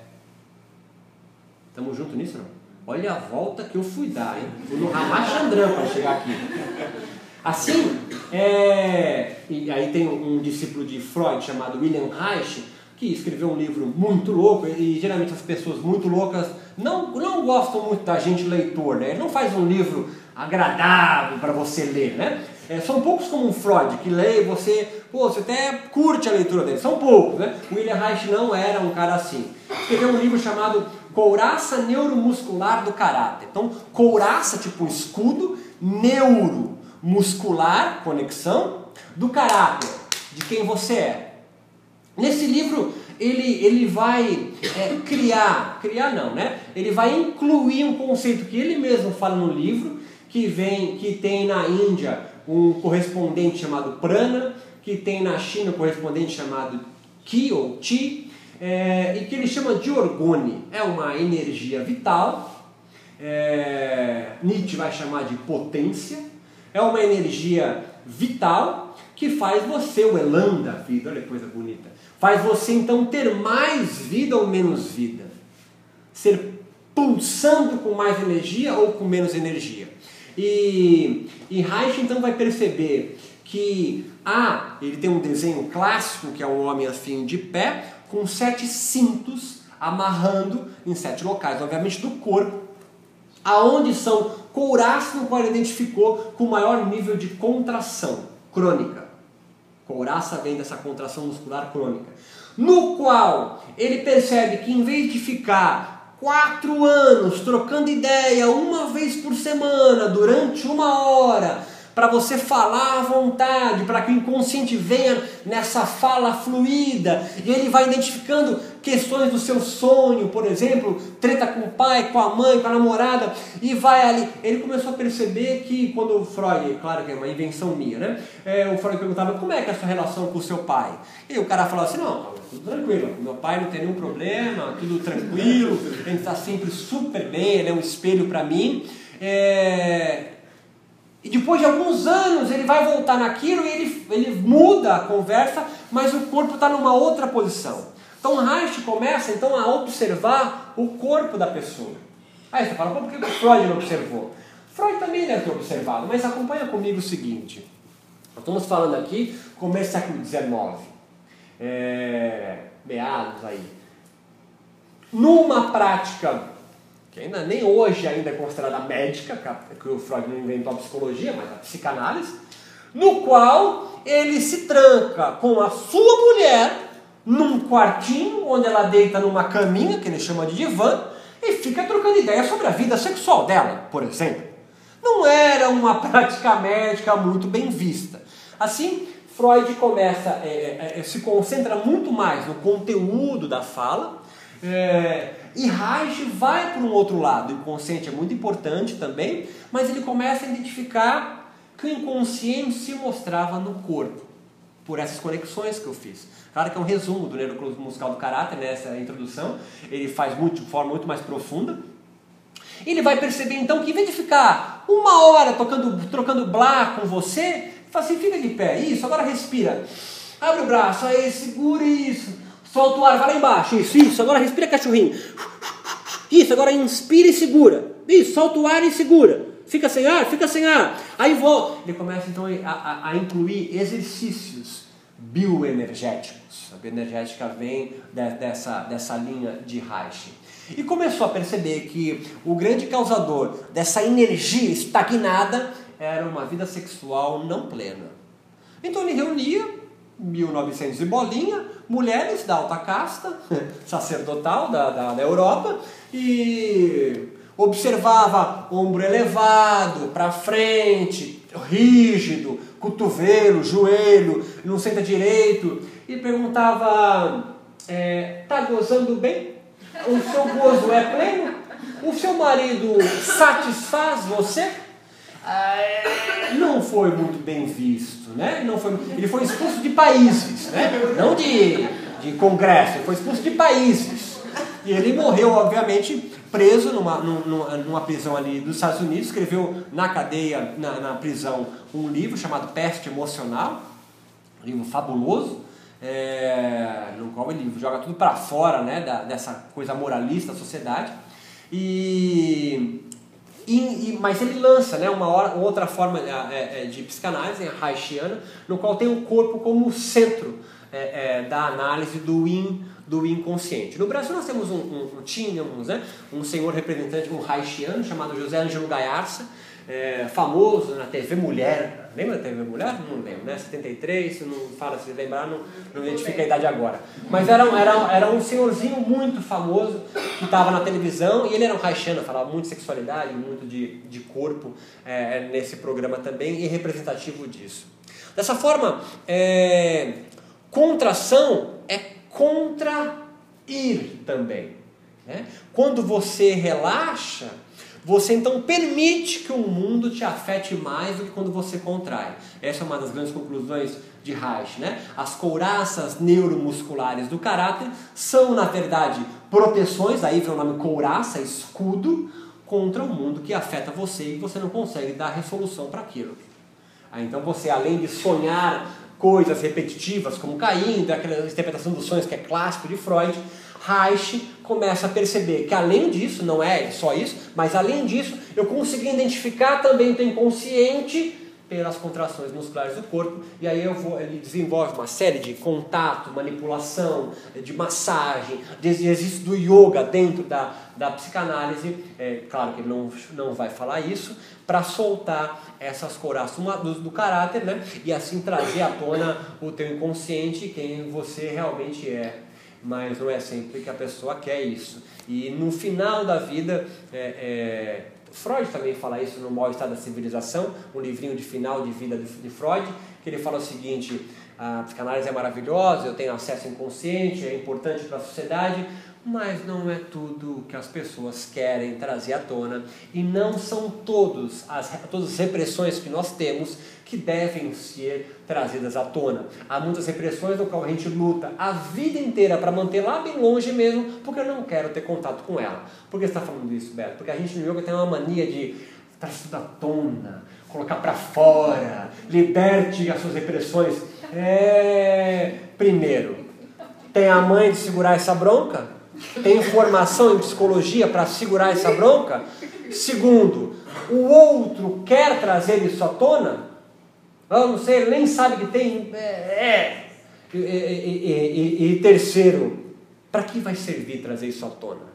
Estamos juntos nisso, não? Olha a volta que eu fui dar, hein? Fui no Ramachandrão para chegar aqui. Assim, é... e aí tem um, um discípulo de Freud chamado William Reich, que escreveu um livro muito louco, e geralmente as pessoas muito loucas não, não gostam muito da gente leitor, né? Ele não faz um livro agradável para você ler, né? É, são poucos como o Freud, que lê e você, pô, você até curte a leitura dele, são poucos, né? O William Reich não era um cara assim. Escreveu um livro chamado Couraça Neuromuscular do Caráter. Então, couraça, tipo um escudo, neuromuscular, conexão, do caráter, de quem você é. Nesse livro, ele, ele vai é, criar, criar não, né? Ele vai incluir um conceito que ele mesmo fala no livro, que, vem, que tem na Índia um correspondente chamado prana, que tem na China um correspondente chamado ki ou chi, é, e que ele chama de orgone. É uma energia vital, é, Nietzsche vai chamar de potência, é uma energia vital que faz você, o elan da vida, olha que coisa bonita, faz você então ter mais vida ou menos vida, ser pulsando com mais energia ou com menos energia. E, e Reich então vai perceber que ah, ele tem um desenho clássico que é um homem assim de pé com sete cintos amarrando em sete locais, obviamente do corpo, aonde são couraças no qual ele identificou com maior nível de contração crônica. Couraça vem dessa contração muscular crônica, no qual ele percebe que em vez de ficar quatro anos trocando ideia uma vez por semana, durante uma hora, para você falar à vontade, para que o inconsciente venha nessa fala fluida, e ele vai identificando questões do seu sonho, por exemplo, treta com o pai, com a mãe, com a namorada, e vai ali. Ele começou a perceber que quando o Freud, claro que é uma invenção minha, né? É, o Freud perguntava, como é que é a sua relação com o seu pai? E o cara falava assim, não, tudo tranquilo, meu pai não tem nenhum problema, tudo tranquilo, ele está sempre super bem, ele é um espelho para mim. É... E depois de alguns anos ele vai voltar naquilo e ele, ele muda a conversa, mas o corpo está numa outra posição. Então Reich começa então a observar o corpo da pessoa. Aí você fala, por que o Freud não observou? Freud também deve ter observado, mas acompanha comigo o seguinte. Nós estamos falando aqui começo do século dezenove, é, meados aí. Numa prática que ainda nem hoje ainda é considerada médica, que o Freud não inventou a psicologia, mas a psicanálise, no qual ele se tranca com a sua mulher num quartinho, onde ela deita numa caminha, que ele chama de divã, e fica trocando ideia sobre a vida sexual dela, por exemplo. Não era uma prática médica muito bem vista. Assim, Freud começa, é, é, se concentra muito mais no conteúdo da fala, é, e Reich vai para um outro lado. O inconsciente é muito importante também, mas ele começa a identificar que o inconsciente se mostrava no corpo, por essas conexões que eu fiz. Claro que é um resumo do neuroclube musical do caráter, nessa introdução, ele faz muito, de forma muito mais profunda. Ele vai perceber então que em vez de ficar uma hora tocando, trocando blá com você, fala assim, fica de pé, isso, agora respira, abre o braço, aí segura isso, solta o ar, vai lá embaixo, isso, isso, agora respira cachorrinho, isso, agora inspira e segura, isso, solta o ar e segura, fica sem ar, fica sem ar. Aí volta. Ele começa então a, a, a incluir exercícios bioenergéticos. A bioenergética vem de, dessa, dessa linha de Reich. E começou a perceber que o grande causador dessa energia estagnada era uma vida sexual não plena. Então ele reunia mil e novecentos e bolinha, mulheres da alta casta, sacerdotal da, da, da Europa, e observava ombro elevado, para frente, rígido, cotovelo, joelho, não senta direito, e perguntava, é, tá gozando bem? O seu gozo é pleno? O seu marido satisfaz você? Ah, não foi muito bem visto, né? Não foi, ele foi expulso de países, né? Não de, de congresso, ele foi expulso de países. E ele morreu, obviamente, preso numa, numa, numa prisão ali dos Estados Unidos, escreveu na cadeia, na, na prisão, um livro chamado Peste Emocional, um livro fabuloso, é, no qual ele joga tudo para fora, né, da, dessa coisa moralista da sociedade. E... E, e, mas ele lança, né, uma hora, outra forma é, é, de psicanálise, a Reichiana, no qual tem o corpo como centro é, é, da análise do, in, do inconsciente. No Brasil nós temos um, um, um tínhamos, né, um senhor representante, um Reichiano, chamado José Ângelo Gaiarsa, é, famoso na T V Mulher. Lembra da T V Mulher? Não lembro, né? setenta e três, se não fala, se lembrar, não, não identifica a idade agora. Mas era, era, era um senhorzinho muito famoso que estava na televisão, e ele era um Reichiano, falava muito de sexualidade, muito de, de corpo é, nesse programa também, e representativo disso. Dessa forma, é, contração é contrair também, né? Quando você relaxa, você então permite que o mundo te afete mais do que quando você contrai. Essa é uma das grandes conclusões de Reich, né? As couraças neuromusculares do caráter são, na verdade, proteções, aí vem o nome couraça, escudo, contra o mundo que afeta você e você não consegue dar resolução para aquilo. Aí, então você, além de sonhar coisas repetitivas, como caindo, aquela interpretação dos sonhos que é clássico de Freud, Reich começa a perceber que além disso, não é só isso, mas além disso, eu consegui identificar também o teu inconsciente pelas contrações musculares do corpo, e aí eu vou, ele desenvolve uma série de contato, manipulação, de massagem, de exercício do yoga dentro da, da psicanálise, é, claro que ele não, não vai falar isso, para soltar essas couraças do, do caráter, né? E assim trazer à tona o teu inconsciente, quem você realmente é. Mas não é sempre que a pessoa quer isso. E no final da vida, é, é, Freud também fala isso no Mau Estado da Civilização, um livrinho de final de vida de, de Freud, que ele fala o seguinte: a psicanálise é maravilhosa, eu tenho acesso inconsciente, é importante para a sociedade, mas não é tudo que as pessoas querem trazer à tona, e não são todos as, todas as repressões que nós temos que devem ser trazidas à tona. Há muitas repressões no qual a gente luta a vida inteira para manter lá bem longe mesmo, porque eu não quero ter contato com ela. Por que você está falando isso, Beto? Porque a gente no yoga tem uma mania de trazer tudo à tona, colocar para fora, liberte as suas repressões. É... Primeiro, tem a mãe de segurar essa bronca? Tem formação em psicologia para segurar essa bronca? Segundo, o outro quer trazer isso à tona? Eu não sei, ele nem sabe que tem. É. é. E, e, e, e terceiro, para que vai servir trazer isso à tona?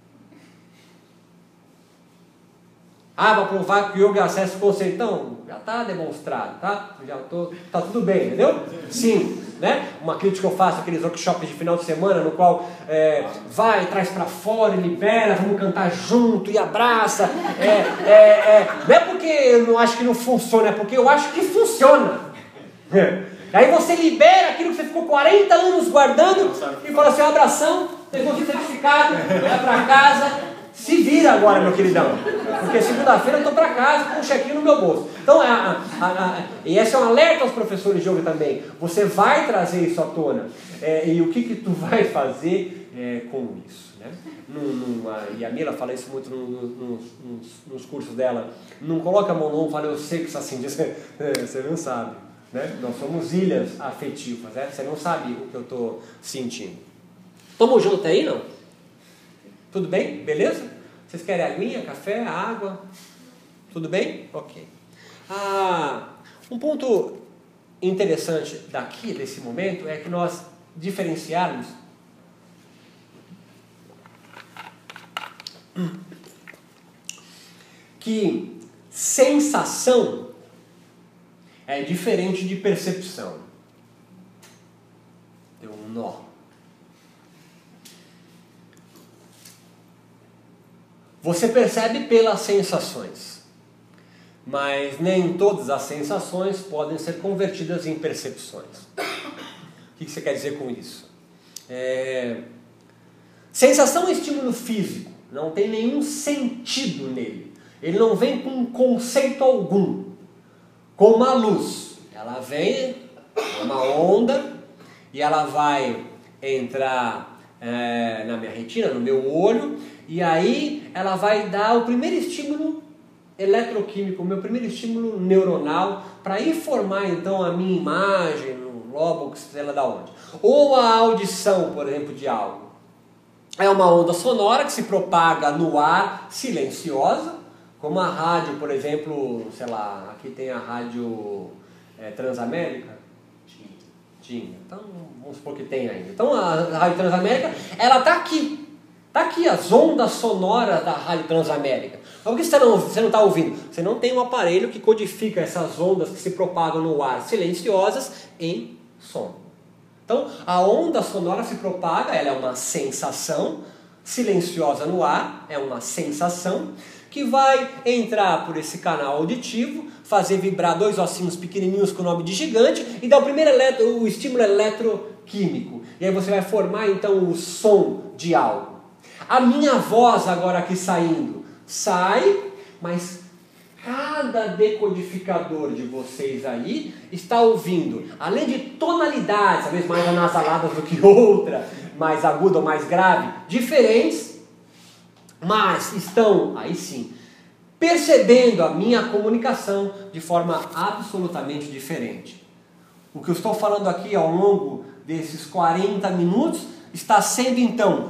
Ah, para provar que o yoga é acesso conceito. Então, já está demonstrado, tá? Já tô, tá tudo bem, entendeu? Sim, né? Uma crítica que eu faço, aqueles workshops de final de semana, no qual é, vai, traz para fora, libera, vamos cantar junto e abraça. É, é, é, não é porque eu não acho que não funciona, é porque eu acho que funciona. Aí você libera aquilo que você ficou quarenta anos guardando e fala assim: abração, pegou o certificado, vai para casa. Se vira agora, meu queridão, porque segunda-feira eu estou para casa com um chequinho no meu bolso. Então, a, a, a, e esse é um alerta aos professores de yoga também. Você vai trazer isso à tona. É, e o que, que tu vai fazer é, com isso? Né? Num, numa, e a Mila fala isso muito no, no, nos, nos cursos dela. Não coloca a mão no ombro e fala: eu sei que isso assim diz. Você não sabe. Né? Nós somos ilhas afetivas. Né? Você não sabe o que eu estou sentindo. Tamo junto aí, não? Tudo bem? Beleza? Vocês querem aguinha, café, água? Tudo bem? Ok. Ah, um ponto interessante daqui, desse momento, é que nós diferenciarmos que sensação é diferente de percepção. Deu um nó. Você percebe pelas sensações, mas nem todas as sensações podem ser convertidas em percepções. O que você quer dizer com isso? É... Sensação é um estímulo físico, não tem nenhum sentido nele. Ele não vem com conceito algum. Como a luz, ela vem, é uma onda, e ela vai entrar é, na minha retina, no meu olho, e aí ela vai dar o primeiro estímulo eletroquímico, o meu primeiro estímulo neuronal, para informar então a minha imagem, no lobo, sei lá da onde. Ou a audição, por exemplo, de algo. É uma onda sonora que se propaga no ar, silenciosa, como a rádio, por exemplo, sei lá, aqui tem a rádio é, Transamérica. Tinha. Tinha. Então, vamos supor que tem ainda. Então, a, a rádio Transamérica, ela está aqui. Está aqui as ondas sonoras da rádio Transamérica. Mas por que você não você não está ouvindo? Você não tem um aparelho que codifica essas ondas que se propagam no ar silenciosas em som. Então, a onda sonora se propaga, ela é uma sensação, silenciosa no ar, é uma sensação, que vai entrar por esse canal auditivo, fazer vibrar dois ossinhos pequenininhos com o nome de gigante e dar o primeiro eletro, o estímulo eletroquímico. E aí você vai formar então o som de algo. A minha voz agora aqui saindo, sai, mas cada decodificador de vocês aí está ouvindo, além de tonalidades, às vezes mais anasaladas do que outra, mais aguda ou mais grave, diferentes, mas estão, aí sim, percebendo a minha comunicação de forma absolutamente diferente. O que eu estou falando aqui ao longo desses quarenta minutos está sendo então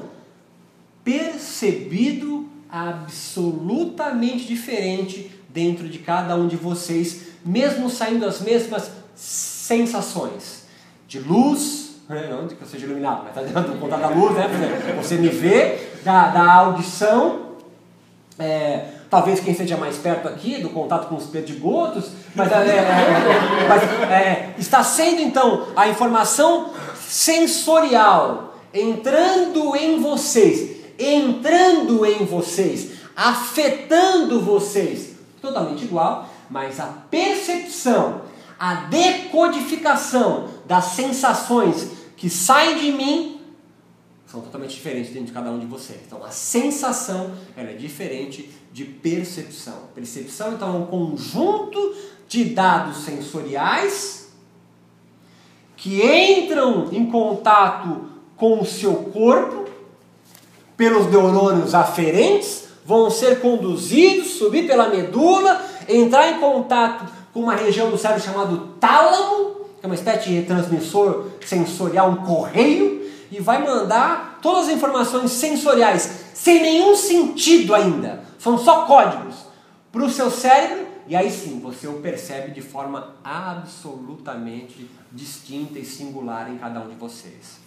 percebido absolutamente diferente dentro de cada um de vocês, mesmo saindo as mesmas sensações de luz, né? Não de que eu seja iluminado, mas está dentro do contato da luz, né? Por exemplo, você me vê, da, da audição, é, talvez quem esteja mais perto aqui, do contato com os perdigotos, mas, é, é, mas é, está sendo então a informação sensorial entrando em vocês, entrando em vocês, afetando vocês, totalmente igual, mas a percepção, a decodificação das sensações que saem de mim são totalmente diferentes dentro de cada um de vocês. Então a sensação ela é diferente de percepção. Percepção então é um conjunto de dados sensoriais que entram em contato com o seu corpo pelos neurônios aferentes, vão ser conduzidos, subir pela medula, entrar em contato com uma região do cérebro chamado tálamo, que é uma espécie de transmissor sensorial, um correio, e vai mandar todas as informações sensoriais, sem nenhum sentido ainda, são só códigos, para o seu cérebro, e aí sim, você o percebe de forma absolutamente distinta e singular em cada um de vocês.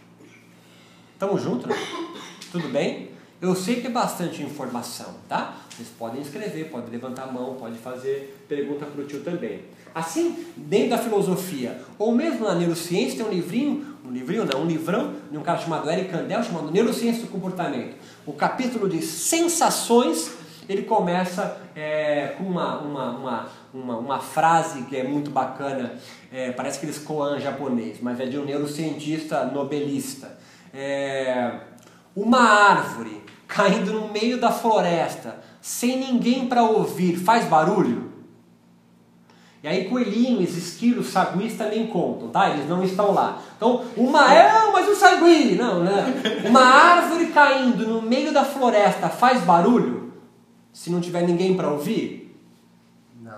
Tamo junto, né? Tudo bem? Eu sei que é bastante informação, tá? Vocês podem escrever, podem levantar a mão, podem fazer pergunta para o tio também. Assim, dentro da filosofia, ou mesmo na neurociência, tem um livrinho, um livrinho não, um livrão, de um cara chamado Eric Kandel, chamado Neurociência do Comportamento. O capítulo de sensações, ele começa é, com uma, uma, uma, uma, uma frase que é muito bacana, é, parece que eles coam japonês, mas é de um neurocientista nobelista. É... Uma árvore caindo no meio da floresta, sem ninguém para ouvir, faz barulho? E aí coelhinhos, esquilos, saguis também contam, tá? Eles não estão lá. Então, uma é, mas o sagui, não, né? Uma árvore caindo no meio da floresta faz barulho? Se não tiver ninguém para ouvir? Não.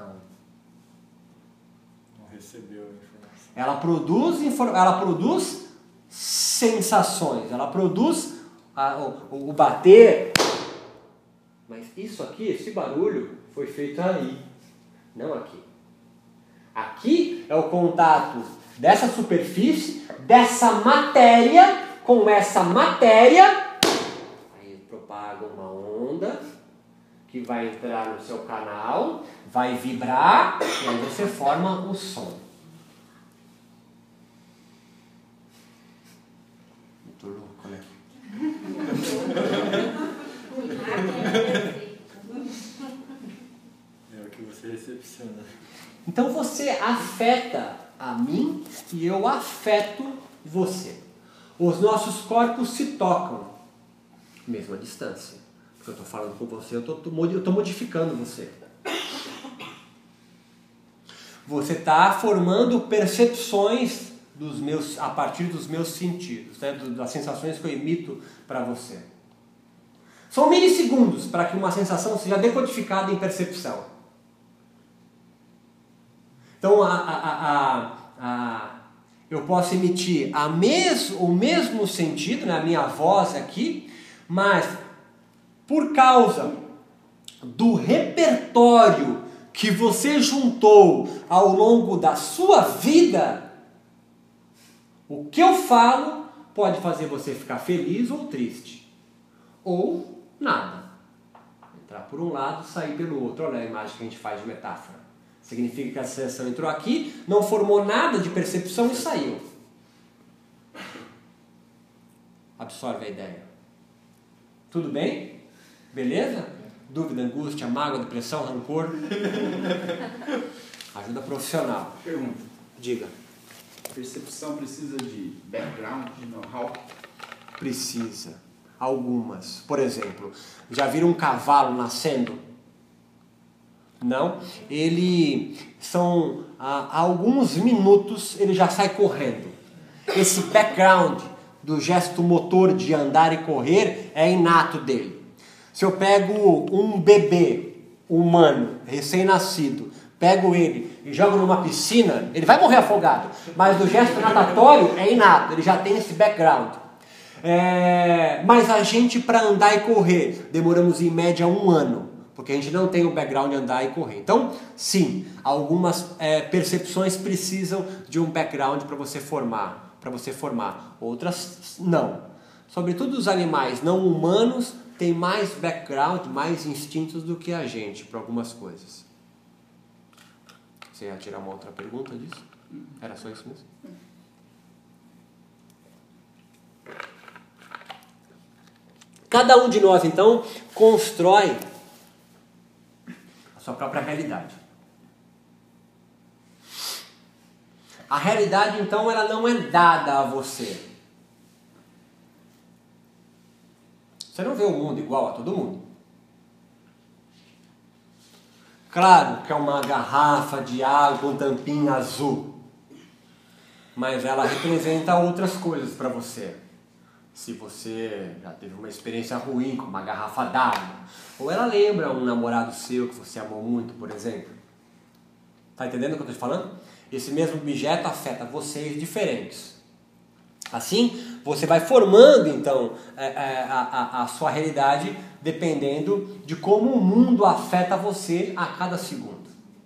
Não recebeu a informação. Ela produz, ela produz sensações, ela produz A, o, o bater, mas isso aqui, esse barulho, foi feito aí, não aqui. Aqui é o contato dessa superfície, dessa matéria, com essa matéria. Aí propaga uma onda que vai entrar no seu canal, vai vibrar e aí você forma o som. Muito louco, né? É o que você recepciona. Então você afeta a mim e eu afeto você. Os nossos corpos se tocam, mesma distância. Porque eu estou falando com você, eu estou modificando você. Você está formando percepções dos meus, a partir dos meus sentidos, né? Das sensações que eu emito para você. São milissegundos para que uma sensação seja decodificada em percepção. Então, a, a, a, a, eu posso emitir a mes, o mesmo sentido, né, a minha voz aqui, mas por causa do repertório que você juntou ao longo da sua vida, o que eu falo pode fazer você ficar feliz ou triste. Ou nada. Entrar por um lado, sair pelo outro. Olha a imagem que a gente faz de metáfora. Significa que a sensação entrou aqui, não formou nada de percepção e saiu. Absorve a ideia. Tudo bem? Beleza? Dúvida, angústia, mágoa, depressão, rancor? Ajuda profissional. Pergunta. Diga. Percepção precisa de background, de know-how? Precisa. Algumas. Por exemplo, já viram um cavalo nascendo? Não? Ele, são há alguns minutos, ele já sai correndo. Esse background do gesto motor de andar e correr é inato dele. Se eu pego um bebê humano, recém-nascido, pego ele e jogo numa piscina, ele vai morrer afogado. Mas o gesto natatório é inato, ele já tem esse background. É, mas a gente, para andar e correr, demoramos em média um ano, porque a gente não tem o background de andar e correr. Então, sim, algumas é, percepções precisam de um background para você formar, para você formar. Outras não. Sobretudo os animais não humanos têm mais background, mais instintos do que a gente para algumas coisas. Você ia tirar uma outra pergunta disso? Era só isso mesmo? Cada um de nós, então, constrói a sua própria realidade. A realidade, então, ela não é dada a você. Você não vê o mundo igual a todo mundo. Claro que é uma garrafa de água com tampinha azul, mas ela representa outras coisas para você. Se você já teve uma experiência ruim com uma garrafa d'água, ou ela lembra um namorado seu que você amou muito, por exemplo. Tá entendendo o que eu estou te falando? Esse mesmo objeto afeta vocês diferentes. Assim, você vai formando, então, a, a, a sua realidade dependendo de como o mundo afeta você a cada segundo.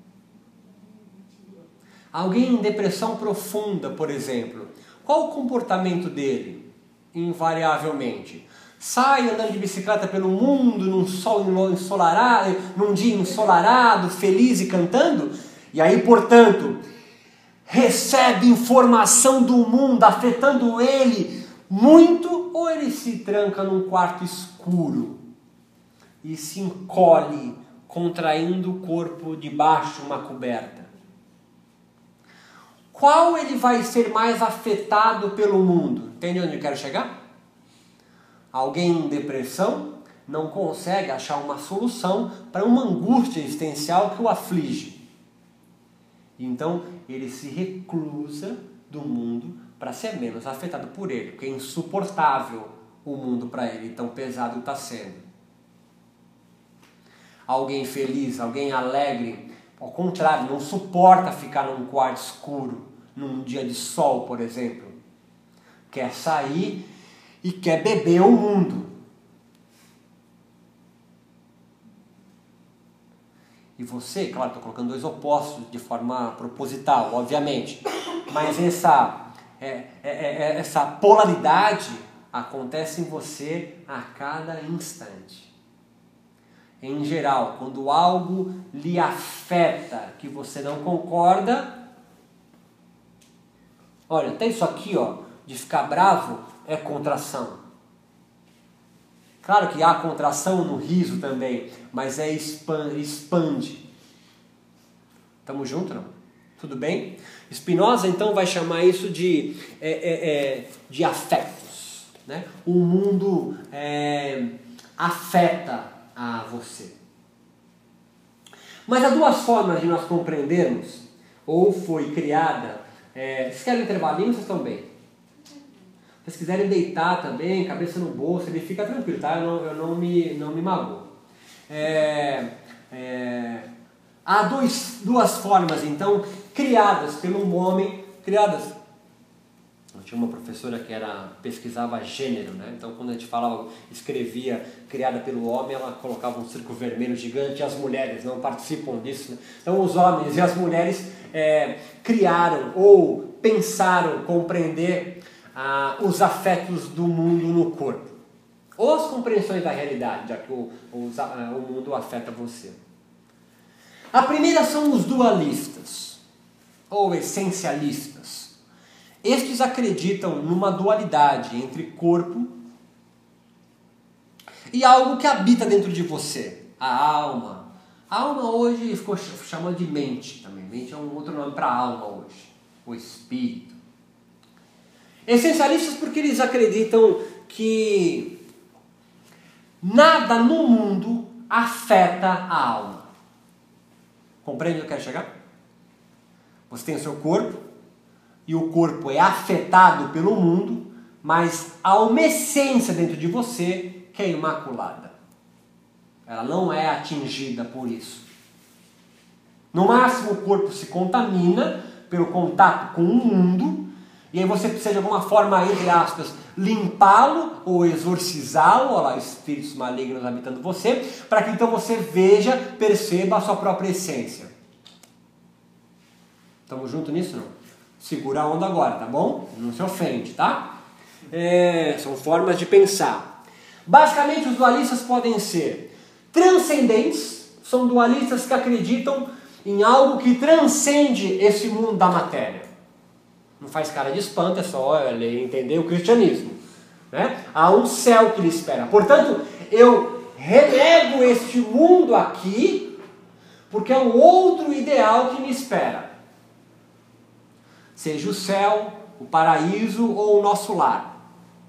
Alguém em depressão profunda, por exemplo, qual o comportamento dele? Invariavelmente. Sai andando de bicicleta pelo mundo, num sol ensolarado, num dia ensolarado, feliz e cantando, e aí, portanto, recebe informação do mundo afetando ele muito, ou ele se tranca num quarto escuro e se encolhe, contraindo o corpo debaixo de uma coberta? Qual ele vai ser mais afetado pelo mundo? Entende onde eu quero chegar? Alguém em depressão não consegue achar uma solução para uma angústia existencial que o aflige. Então, ele se reclusa do mundo para ser menos afetado por ele, porque é insuportável o mundo para ele, tão pesado está sendo. Alguém feliz, alguém alegre, ao contrário, não suporta ficar num quarto escuro, num dia de sol, por exemplo. Quer sair e quer beber o mundo. e você, claro, estou colocando dois opostos de forma proposital, obviamente, mas essa, é, é, é, essa polaridade acontece em você a cada instante. Em geral, quando algo lhe afeta que você não concorda, olha, até isso aqui, ó, de ficar bravo é contração. Claro que há contração no riso também, mas é expande. expande. Tamo junto, não? Tudo bem? Spinoza, então, vai chamar isso de, é, é, é, de afetos. Né? O mundo é, afeta a você. Mas há duas formas de nós compreendermos, ou foi criada... É, vocês querem um intervalinho, vocês estão bem? Se vocês quiserem deitar também, cabeça no bolso, ele fica tranquilo, tá? Eu não, eu não me, não me magoo. É, é, há dois, duas formas, então, criadas pelo homem, criadas... Eu tinha uma professora que era, pesquisava gênero, né? Então, quando a gente falava, escrevia criada pelo homem, ela colocava um círculo vermelho gigante e as mulheres não participam disso. Né? Então, os homens e as mulheres é, criaram ou pensaram compreender Ah, os afetos do mundo no corpo, ou as compreensões da realidade, já que o, o, o mundo afeta você. A primeira são os dualistas, ou essencialistas. Estes acreditam numa dualidade entre corpo e algo que habita dentro de você, a alma. A alma hoje ficou chamando de mente também. Mente é um outro nome para alma hoje, o espírito. Essencialistas porque eles acreditam que nada no mundo afeta a alma. Compreende onde eu quero chegar? Você tem o seu corpo, e o corpo é afetado pelo mundo, mas há uma essência dentro de você que é imaculada. Ela não é atingida por isso. No máximo o corpo se contamina pelo contato com o mundo, e aí você precisa de alguma forma, entre aspas, limpá-lo ou exorcizá-lo, olha lá, espíritos malignos habitando você, para que então você veja, perceba a sua própria essência. Estamos juntos nisso, não? Segura a onda agora, tá bom? Não se ofende, tá? É, são formas de pensar. Basicamente, os dualistas podem ser transcendentes, são dualistas que acreditam em algo que transcende esse mundo da matéria. Não faz cara de espanto, é só ler, entender o cristianismo. Né? Há um céu que lhe espera. Portanto, eu relego este mundo aqui, porque é um outro ideal que me espera. Seja o céu, o paraíso ou o nosso lar.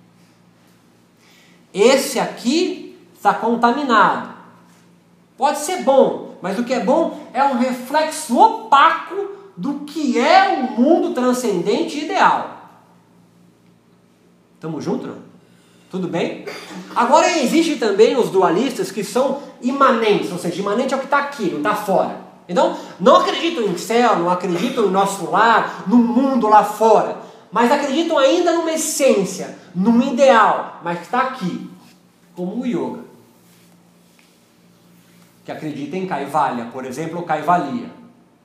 Esse aqui está contaminado. Pode ser bom, mas o que é bom é um reflexo opaco do que é o mundo transcendente ideal. Estamos juntos, não? Tudo bem? Agora existem também os dualistas que são imanentes, ou seja, imanente é o que está aqui, não está fora. Então, não acreditam em céu, não acreditam em nosso lar, no mundo lá fora, mas acreditam ainda numa essência, num ideal, mas que está aqui, como o yoga, que acredita em Kaivalya, por exemplo, ou Kaivalya.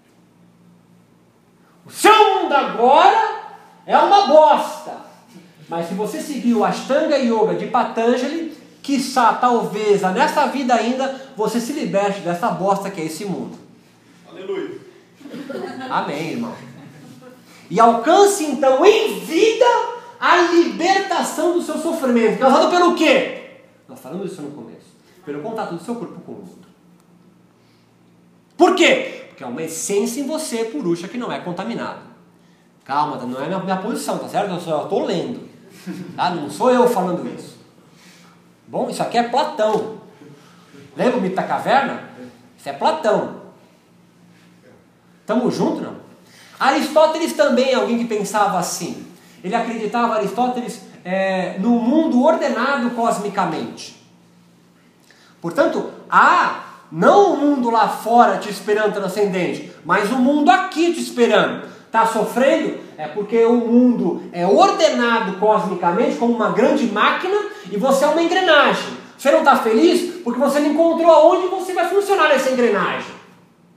O seu mundo agora é uma bosta. Mas se você seguir o Ashtanga Yoga de Patanjali, quiçá, talvez, nessa vida ainda, você se liberte dessa bosta que é esse mundo. Aleluia. Amém, irmão. E alcance, então, em vida, a libertação do seu sofrimento. Causado pelo quê? Nós falamos isso no começo. Pelo contato do seu corpo com o mundo. Por quê? Porque é uma essência em você, Purusha, que não é contaminado. Calma, não é minha, minha posição, tá certo? Eu só estou lendo. Tá? Não sou eu falando isso. Bom, isso aqui é Platão. Lembra o mito da caverna? Isso é Platão. Estamos juntos, não? Aristóteles também é alguém que pensava assim. Ele acreditava, Aristóteles, é, no mundo ordenado cosmicamente. Portanto, há... não o mundo lá fora te esperando transcendente, mas o mundo aqui te esperando. Está sofrendo? É porque o mundo é ordenado cosmicamente como uma grande máquina e você é uma engrenagem. Você não está feliz porque você não encontrou aonde você vai funcionar essa engrenagem.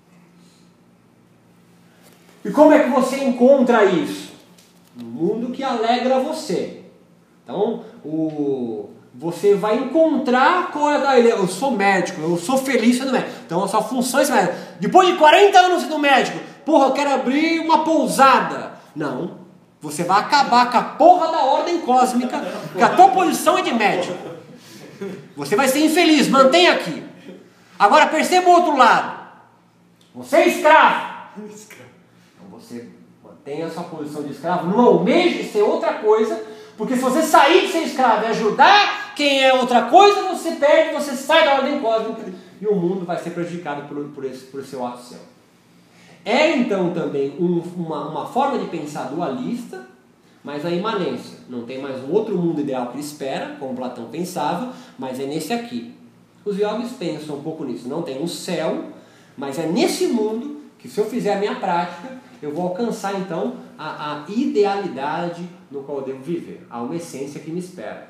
E como é que você encontra isso? No mundo que alegra você. Então, o, você vai encontrar qual é da ideia. Eu sou médico, eu sou feliz sendo médico. Então, a sua função é ser médico. Depois de quarenta anos sendo médico, porra, eu quero abrir uma pousada. Não. Você vai acabar com a porra da ordem cósmica, porque a tua posição é de médico. Você vai ser infeliz, mantenha aqui. Agora perceba o outro lado. Você é escravo. Então você mantém a sua posição de escravo, não almeje ser outra coisa, porque se você sair de ser escravo e ajudar quem é outra coisa, você perde, você sai da ordem cósmica e o mundo vai ser prejudicado por, por, esse, por seu ato seu. É então também um, uma, uma forma de pensar dualista, mas a imanência. Não tem mais um outro mundo ideal que espera, como Platão pensava, mas é nesse aqui. Os yogis pensam um pouco nisso. Não tem um céu, mas é nesse mundo que, se eu fizer a minha prática, eu vou alcançar então a, a idealidade no qual eu devo viver. Há uma essência que me espera.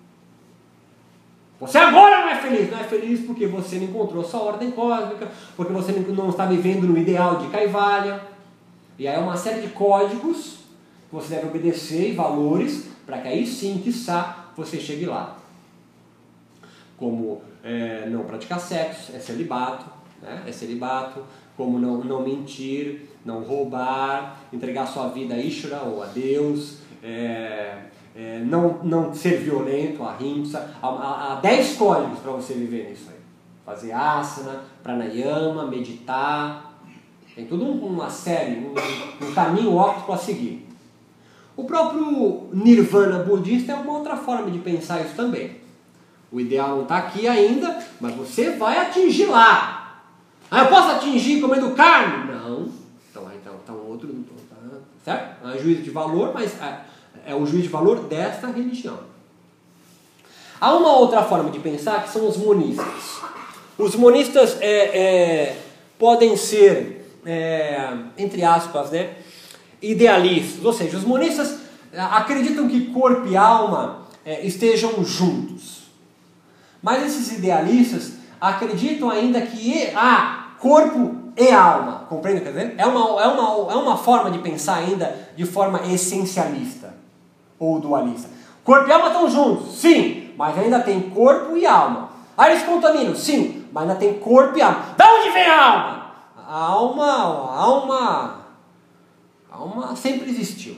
Você agora não é feliz. Não é feliz porque você não encontrou sua ordem cósmica, porque você não está vivendo no ideal de Kaivalya. E aí é uma série de códigos que você deve obedecer e valores para que aí sim, quiçá, você chegue lá. Como é, não praticar sexo, é celibato, né? É celibato. Como não, não mentir, não roubar, entregar sua vida a Ishvara ou a Deus, é, é, não, não ser violento, a ahimsa. Há, há, há dez códigos para você viver nisso aí. Fazer asana, pranayama, meditar. Tem toda uma série, um, um caminho óptimo a seguir. O próprio Nirvana budista é uma outra forma de pensar isso também. O ideal não está aqui ainda, mas você vai atingir lá. Ah, eu posso atingir comendo carne? Não. Então, então, então outro, tá, certo? É um juízo de valor, mas é, é o juízo de valor desta religião. Há uma outra forma de pensar que são os monistas. Os monistas é, é, podem ser, é, entre aspas, né, idealistas. Ou seja, os monistas acreditam que corpo e alma é, estejam juntos. Mas esses idealistas acreditam ainda que há corpo e alma. Compreende o que eu quero dizer? É uma, é, uma, é uma forma de pensar ainda de forma essencialista ou dualista. Corpo e alma estão juntos, sim, mas ainda tem corpo e alma. Ah, eles contaminam, sim, mas ainda tem corpo e alma. Da onde vem a alma? A alma, a alma, a alma sempre existiu.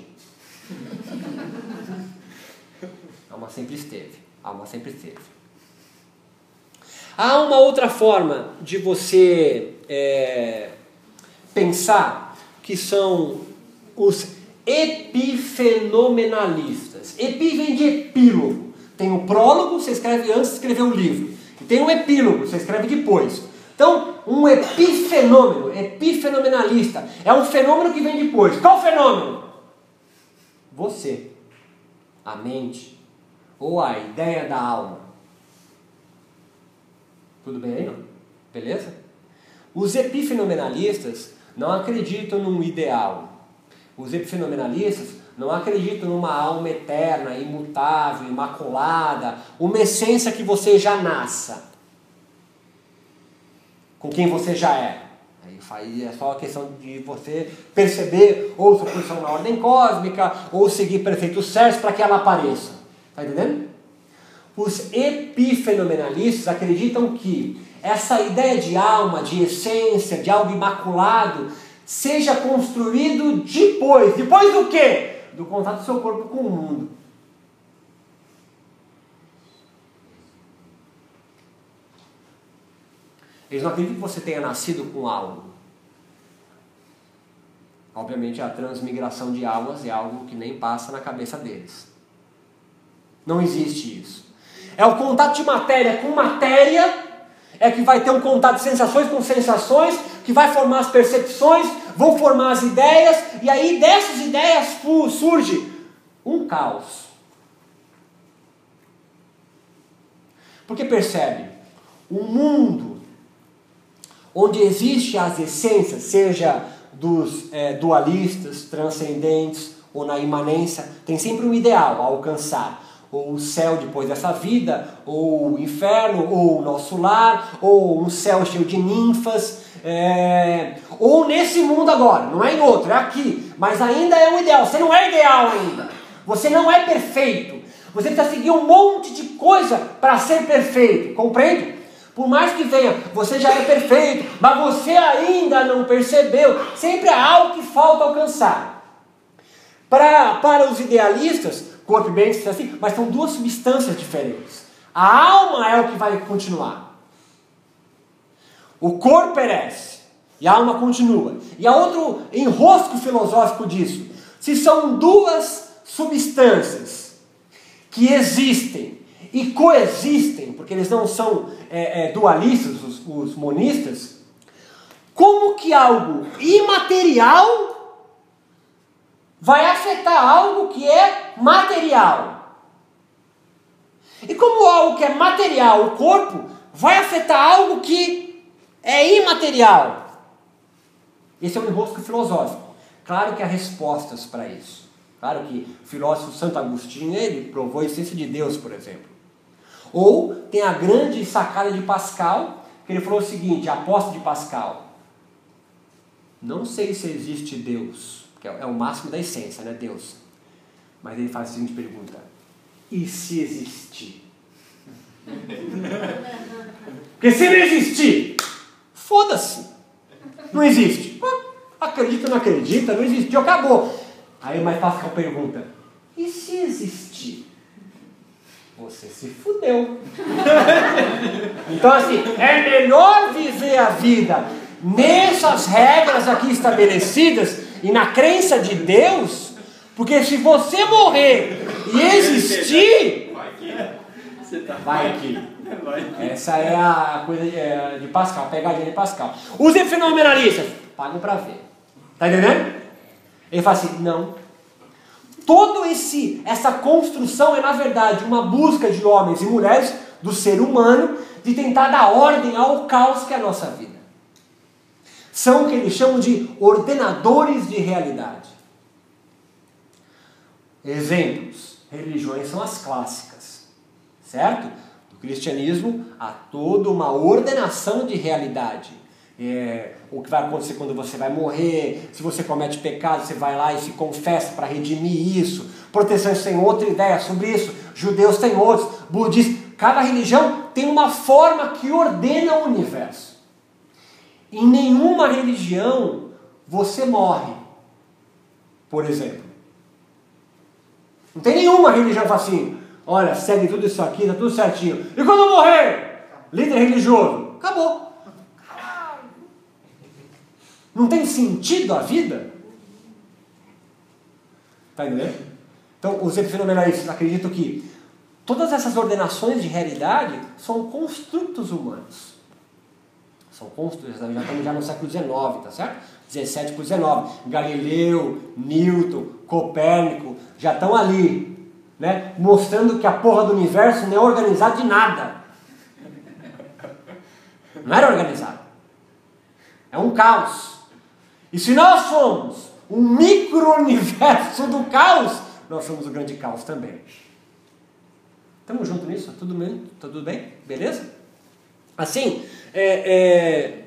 A alma sempre esteve. A alma sempre esteve. Há uma outra forma de você é, pensar, que são os epifenomenalistas. Epi vem de epílogo. Tem o prólogo, você escreve antes de escrever o livro. E tem o epílogo, você escreve depois. Então, um epifenômeno, epifenomenalista, é um fenômeno que vem depois. Qual fenômeno? Você, a mente, ou a ideia da alma. Tudo bem aí, não? Beleza? Os epifenomenalistas não acreditam num ideal. Os epifenomenalistas não acreditam numa alma eterna, imutável, imaculada, uma essência que você já nasça, com quem você já é. Aí é só a questão de você perceber ou sua posição na ordem cósmica, ou seguir preceitos certos para que ela apareça. Está entendendo? Os epifenomenalistas acreditam que essa ideia de alma, de essência, de algo imaculado, seja construído depois. Depois do quê? Do contato do seu corpo com o mundo. Eles não acreditam que você tenha nascido com algo. Obviamente a transmigração de almas é algo que nem passa na cabeça deles. Não existe isso. É o contato de matéria com matéria, é que vai ter um contato de sensações com sensações, que vai formar as percepções, vão formar as ideias, e aí dessas ideias surge um caos. Porque percebe, um mundo onde existem as essências, seja dos é, dualistas, transcendentes ou na imanência, tem sempre um ideal a alcançar. ou o céu depois dessa vida, ou o inferno, ou o nosso lar, ou um céu cheio de ninfas, é... ou nesse mundo agora, não é em outro, é aqui, mas ainda é o ideal. Você não é ideal ainda, você não é perfeito, você precisa seguir um monte de coisa para ser perfeito, compreende? Por mais que venha, você já é perfeito, mas você ainda não percebeu, sempre há algo que falta alcançar. Para, para os idealistas, corpo e mente, assim, mas são duas substâncias diferentes. A alma é o que vai continuar. O corpo perece e a alma continua. E há outro enrosco filosófico disso. Se são duas substâncias que existem e coexistem, porque eles não são é, é, dualistas, os, os monistas, como que algo imaterial vai afetar algo que é material? E como algo que é material, o corpo, vai afetar algo que é imaterial? Esse é um enrosco filosófico. Claro que há respostas para isso. Claro que o filósofo Santo Agostinho, ele provou a essência de Deus, por exemplo. Ou tem a grande sacada de Pascal, que ele falou o seguinte, a aposta de Pascal: não sei se existe Deus, que é o máximo da essência, né, Deus. Mas ele faz a seguinte pergunta: e se existir? Porque se não existir, foda-se, não existe. Acredita ou não acredita, não existiu, acabou. Aí o mais Pascal pergunta: e se existir? Você se fudeu. Então assim, é melhor viver a vida nessas regras aqui estabelecidas e na crença de Deus, porque se você morrer e existir, vai aqui. Essa é a coisa de, de Pascal, a pegadinha de Pascal. Os fenomenalistas pagam para ver. Tá entendendo? Ele fala assim: não. Todo esse essa construção é na verdade uma busca de homens e mulheres, do ser humano, de tentar dar ordem ao caos que é a nossa vida. São o que eles chamam de ordenadores de realidade. Exemplos: religiões são as clássicas, certo? No cristianismo há toda uma ordenação de realidade. É, o que vai acontecer quando você vai morrer, se você comete pecado, você vai lá e se confessa para redimir isso. Protestantes têm outra ideia sobre isso, judeus têm outros, budistas. Cada religião tem uma forma que ordena o universo. Em nenhuma religião você morre, por exemplo. Não tem nenhuma religião que fala assim: olha, segue tudo isso aqui, tá tudo certinho. E quando eu morrer, líder religioso, acabou. Não tem sentido a vida? Está entendendo? Então, os fenomenalistas acreditam que todas essas ordenações de realidade são construtos humanos. São construtos, já estamos já no século dezenove, tá certo? dezessete por dezenove. Galileu, Newton, Copérnico já estão ali, né? Mostrando que a porra do universo não é organizado de nada. Não era organizado. É um caos. E se nós somos um micro-universo do caos, nós somos o grande caos também. Estamos juntos nisso? Tudo bem? Tudo bem? Beleza? Assim, é, é...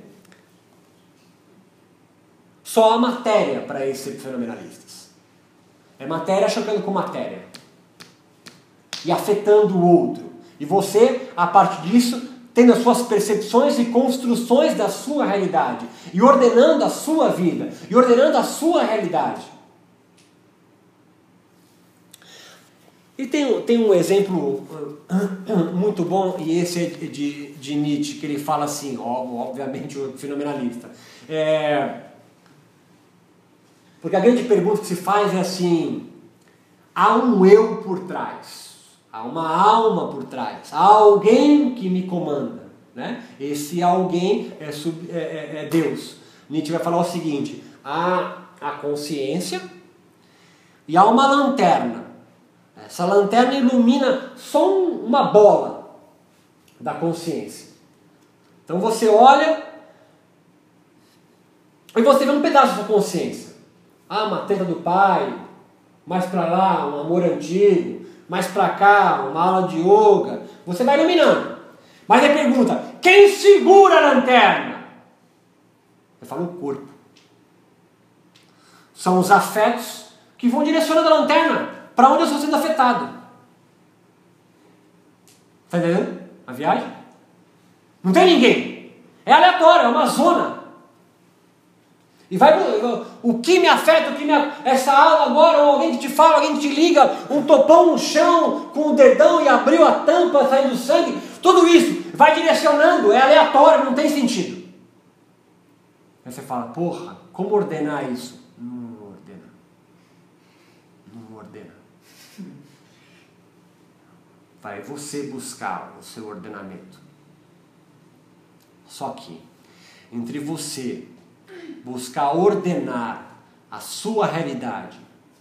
só a matéria para esses fenomenalistas. É matéria chocando com matéria. E afetando o outro. E você, a partir disso, tendo as suas percepções e construções da sua realidade, e ordenando a sua vida, e ordenando a sua realidade. E tem, tem um exemplo muito bom, e esse é de, de Nietzsche, que ele fala assim, obviamente o fenomenalista. É, porque a grande pergunta que se faz é assim: há um eu por trás. Há uma alma por trás, há alguém que me comanda, né? Esse alguém é, sub, é, é, é Deus. Nietzsche vai falar o seguinte: há a consciência e há uma lanterna. Essa lanterna ilumina só um, uma bola da consciência. Então você olha e você vê um pedaço da consciência. Ah, uma tenda do pai, mais para lá, um amor antigo. mais para cá, uma aula de yoga, você vai iluminando. Mas ele pergunta, quem segura a lanterna? Eu falo o corpo. São os afetos que vão direcionando a lanterna para onde eu estou sendo afetado. Está entendendo a viagem? Não tem ninguém. É aleatório, é uma zona. E vai, o que me afeta, o que me, essa aula agora, ou alguém que te fala, alguém que te liga, um topão no chão, com o dedão e abriu a tampa, saindo sangue, tudo isso vai direcionando, é aleatório, não tem sentido. Aí você fala, porra, como ordenar isso? Não ordena. Não ordena. Vai você buscar o seu ordenamento. Só que, entre você buscar ordenar a sua realidade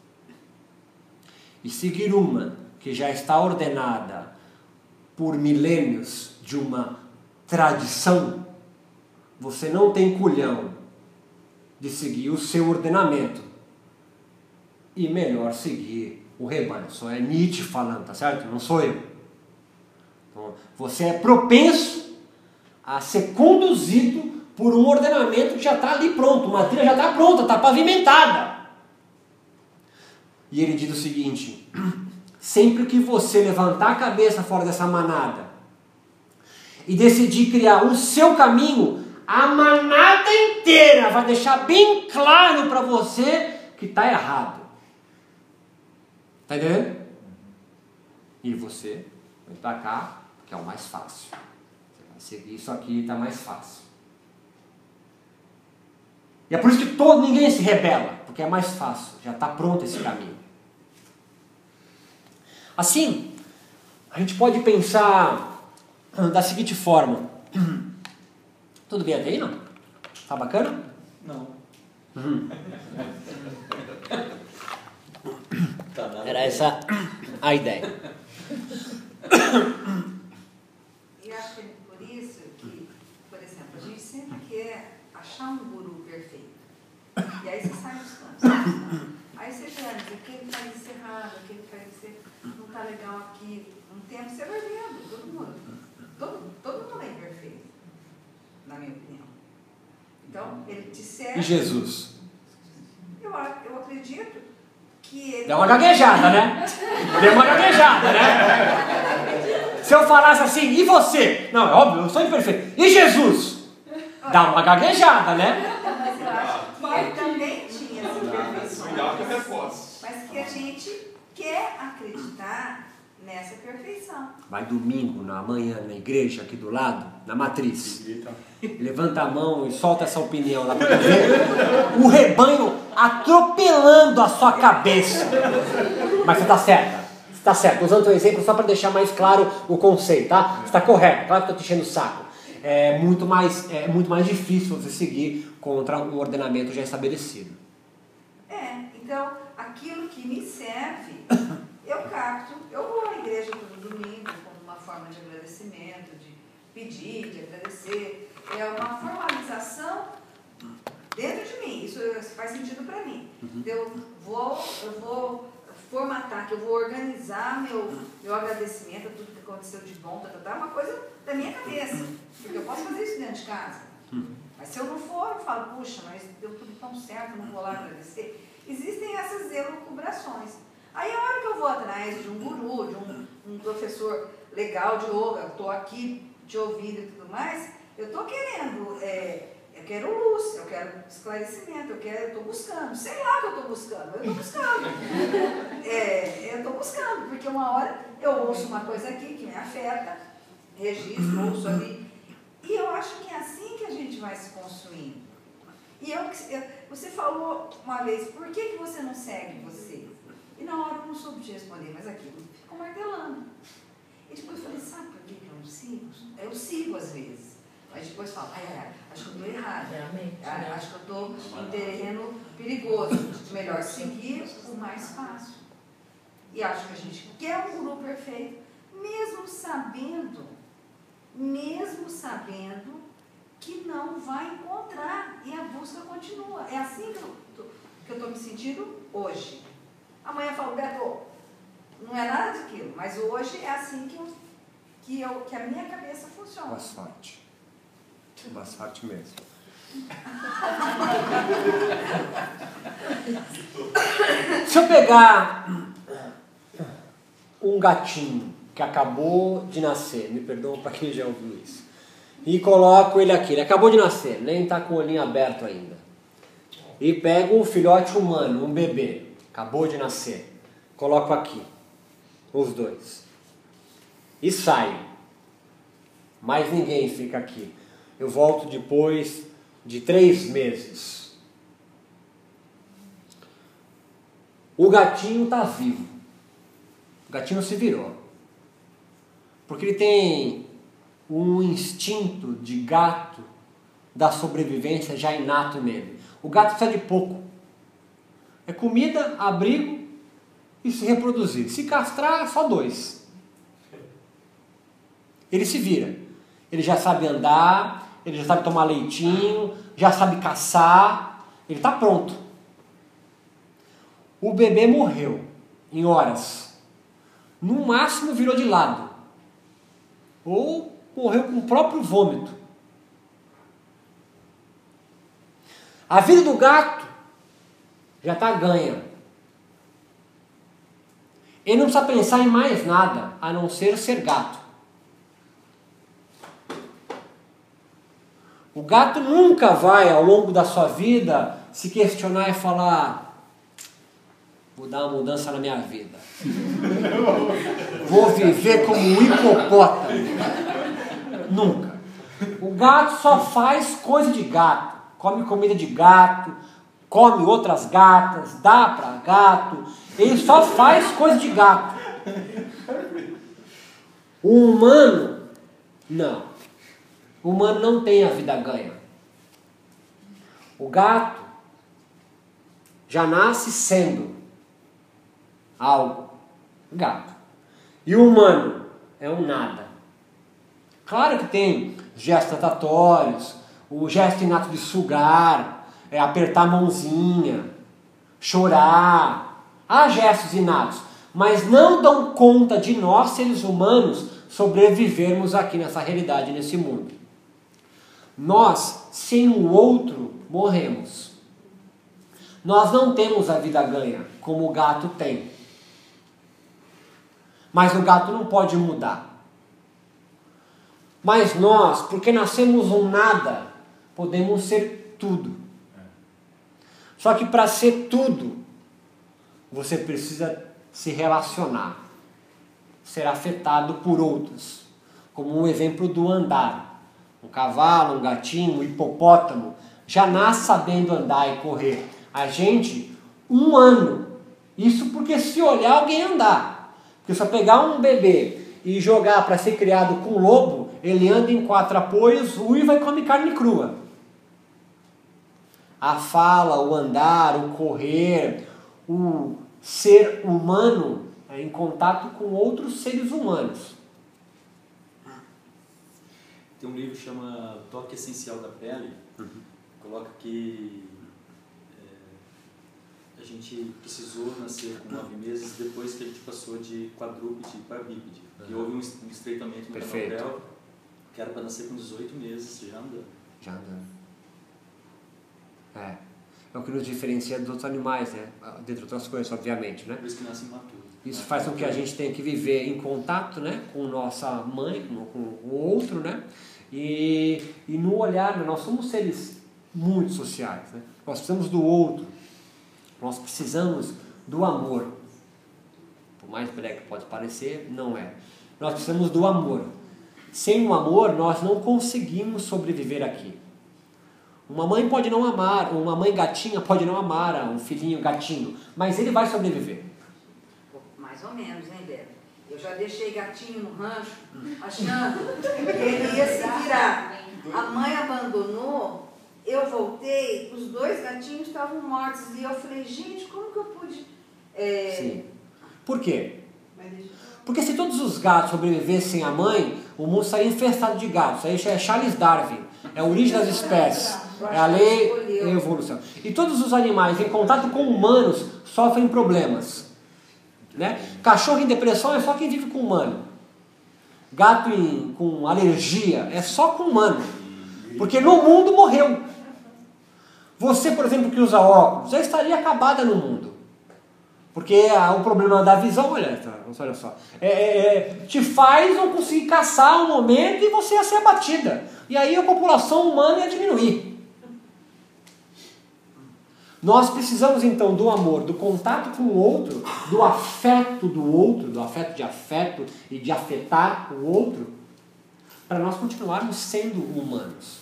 e seguir uma que já está ordenada por milênios de uma tradição, você não tem culhão de seguir o seu ordenamento e melhor seguir o rebanho. Só é Nietzsche falando, tá certo? Não sou eu. Então, você é propenso a ser conduzido por um ordenamento que já está ali pronto, uma trilha já está pronta, está pavimentada. E ele diz o seguinte, sempre que você levantar a cabeça fora dessa manada e decidir criar o seu caminho, a manada inteira vai deixar bem claro para você que está errado. Está entendendo? E você vai para cá, que é o mais fácil. Você vai seguir isso aqui, está mais fácil. E é por isso que todo, ninguém se rebela, porque é mais fácil, já está pronto esse caminho. Assim, a gente pode pensar da seguinte forma. Tudo bem até aí, não? Tá bacana? Não. Uhum. Tá nada. Era essa a ideia. E acho que é por isso que, por exemplo, a gente sempre quer achar um guru perfeito. E aí você sai dos campos. Aí você já diz, aquele faz isso errado, aquele faz isso não está legal aqui. Um tempo você vai vendo, todo mundo. Todo, todo mundo é imperfeito, na minha opinião. Então, ele te serve. E Jesus? Eu, eu acredito que ele. Deu uma gaguejada, né? Deu uma gaguejada, né? Se eu falasse assim, e você? Não, é óbvio, eu sou imperfeito. E Jesus? Dá uma gaguejada, né? Mas eu acho que ele também tinha as imperfeições. Mas que a gente quer acreditar nessa perfeição. Vai domingo, na manhã, na igreja, aqui do lado, na matriz. Levanta a mão e solta essa opinião lá pra ver o rebanho atropelando a sua cabeça. Mas você tá certa. Você tá certo. Usando o teu exemplo só para deixar mais claro o conceito, tá? Você tá correto. Claro que eu tô te enchendo o saco. É muito mais, é muito mais difícil você seguir contra um ordenamento já estabelecido. É, então, aquilo que me serve, eu capto, eu vou à igreja todo domingo como uma forma de agradecimento, de pedir, de agradecer. É uma formalização dentro de mim, isso faz sentido para mim. Uhum. Eu vou, eu vou formatar, que eu vou organizar meu, meu agradecimento a tudo que aconteceu de bom, tá, tá, tá, uma coisa da minha cabeça, porque eu posso fazer isso dentro de casa. Uhum. Mas se eu não for, eu falo, puxa, mas deu tudo tão certo, não vou lá agradecer. Existem essas elucubrações. Aí a hora que eu vou atrás de um guru, de um, um professor legal de yoga, estou aqui te ouvindo e tudo mais, eu estou querendo, é, eu quero luz, eu quero esclarecimento, eu quero, eu estou buscando, sei lá o que eu estou buscando, eu estou buscando. É, eu estou buscando, porque uma hora eu ouço uma coisa aqui que me afeta, registro, ouço ali, e eu acho que é assim que a gente vai se construindo. E eu, eu, você falou uma vez, por que, que você não segue você? E na hora eu não soube te responder, mas aquilo ficou martelando. E depois eu falei, sabe por que, que eu não sigo? Eu sigo às vezes. Mas depois falo, ai, ai, acho que eu estou errado. Realmente, Ah, né? acho que eu estou em terreno perigoso. Melhor seguir o mais fácil. E acho que a gente quer um guru perfeito, mesmo sabendo, mesmo sabendo que não vai encontrar. E a busca continua. É assim que eu estou me sentindo hoje. Amanhã eu falo, Beto, não é nada daquilo. Mas hoje é assim que, eu, que, eu, que a minha cabeça funciona. Boa sorte. Boa sorte mesmo. Se eu pegar um gatinho que acabou de nascer, me perdoam para quem já ouviu isso, e coloco ele aqui, ele acabou de nascer, nem está com o olhinho aberto ainda, e pego um filhote humano, um bebê, acabou de nascer, coloco aqui, os dois, e saio, mais ninguém fica aqui. Eu volto depois de três meses. O gatinho está vivo. O gatinho se virou. Porque ele tem um instinto de gato da sobrevivência já inato nele. O gato precisa de pouco. É comida, abrigo e se reproduzir. Se castrar, só dois. Ele se vira. Ele já sabe andar, ele já sabe tomar leitinho, já sabe caçar, ele está pronto. O bebê morreu em horas. No máximo virou de lado. Ou morreu com o próprio vômito. A vida do gato já está ganha. Ele não precisa pensar em mais nada, a não ser ser gato. O gato nunca vai, ao longo da sua vida, se questionar e falar: vou dar uma mudança na minha vida. Vou viver como um hipopótamo. Nunca. O gato só faz coisa de gato. Come comida de gato, come outras gatas, dá para gato. Ele só faz coisa de gato. O humano, não. O humano não tem a vida ganha. O gato já nasce sendo algo. Gato. E o humano é um nada. Claro que tem gestos natatórios, o gesto inato de sugar, é apertar a mãozinha, chorar. Há gestos inatos, mas não dão conta de nós, seres humanos, sobrevivermos aqui nessa realidade, nesse mundo. Nós, sem o outro, morremos. Nós não temos a vida ganha, como o gato tem. Mas o gato não pode mudar. Mas nós, porque nascemos um nada, podemos ser tudo. Só que para ser tudo, você precisa se relacionar, ser afetado por outros. Como um exemplo do andar. Um cavalo, um gatinho, um hipopótamo, já nasce sabendo andar e correr. A gente, um ano. Isso porque se olhar alguém andar. Porque se eu pegar um bebê e jogar para ser criado com lobo, ele anda em quatro apoios, uiva e come carne crua. A fala, o andar, o correr, o ser humano é em contato com outros seres humanos. Tem um livro que chama Toque Essencial da Pele, uhum. Coloca que é, a gente precisou nascer com nove meses depois que a gente passou de quadrúpede para bípede. Uhum. E houve um estreitamento no canal, que era para nascer com dezoito meses, já andando. Já andando. É. É o que nos diferencia dos outros animais, né? Dentre outras coisas, obviamente, né? Por isso que nasce imaturo. Isso faz com que a gente tenha que viver em contato, né, com nossa mãe, com, com o outro, né, e, e no olhar, né, nós somos seres muito sociais, né, nós precisamos do outro, nós precisamos do amor, por mais brega que pode parecer, não é, nós precisamos do amor, sem o amor nós não conseguimos sobreviver aqui. Uma mãe pode não amar, uma mãe gatinha pode não amar um filhinho gatinho, mas ele vai sobreviver. Mais ou menos, hein, Beto? Eu já deixei gatinho no rancho, achando que ele ia se virar. A mãe abandonou, eu voltei, os dois gatinhos estavam mortos. E eu falei, gente, como que eu pude... É... Sim. Por quê? Porque se todos os gatos sobrevivessem à mãe, o mundo seria infestado de gatos. Isso é Charles Darwin, é a origem das espécies, é a lei da evolução. E todos os animais em contato com humanos sofrem problemas. Né? Cachorro em depressão é só quem vive com humano. Gato em, com alergia é só com humano. Porque no mundo morreu. Você, por exemplo, que usa óculos, já estaria acabada no mundo. Porque ah, o problema da visão, olha, olha só, é, é, te faz não conseguir caçar um momento e você ia ser abatida. E aí a população humana ia diminuir. Nós precisamos então do amor, do contato com o outro, do afeto do outro, do afeto de afeto e de afetar o outro, para nós continuarmos sendo humanos.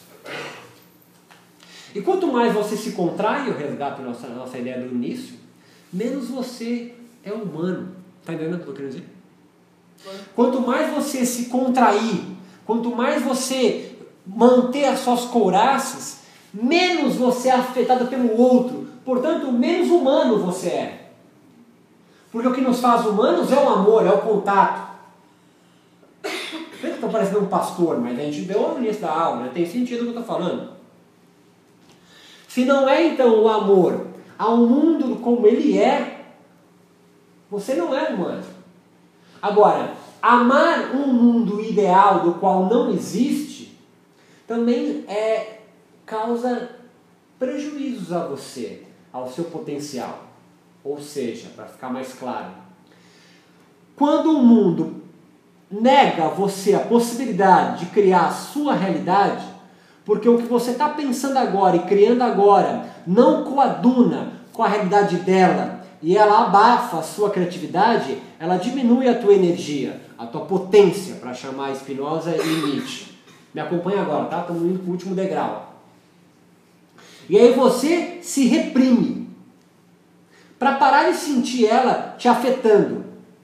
E quanto mais você se contrai, eu resgato a nossa, a nossa ideia do início, menos você é humano. Está entendendo o que eu quero dizer? Quanto mais você se contrair, quanto mais você manter as suas couraças, menos você é afetado pelo outro. Portanto, menos humano você é. Porque o que nos faz humanos é o amor, é o contato. Eu sei que estou parecendo um pastor, mas a gente deu no início da aula, né? Tem sentido o que eu estou falando. Se não é então o amor ao mundo como ele é, você não é humano. Agora, amar um mundo ideal do qual não existe, também é, causa prejuízos a você, ao seu potencial. Ou seja, para ficar mais claro, quando o mundo nega a você a possibilidade de criar a sua realidade, porque o que você está pensando agora e criando agora não coaduna com a realidade dela e ela abafa a sua criatividade, ela diminui a tua energia, a tua potência, para chamar Spinoza e Nietzsche. Me acompanha agora, tá? Estamos indo para o último degrau. E aí você se reprime para parar de sentir ela te afetando.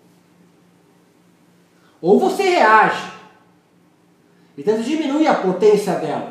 Ou você reage e tenta diminuir a potência dela.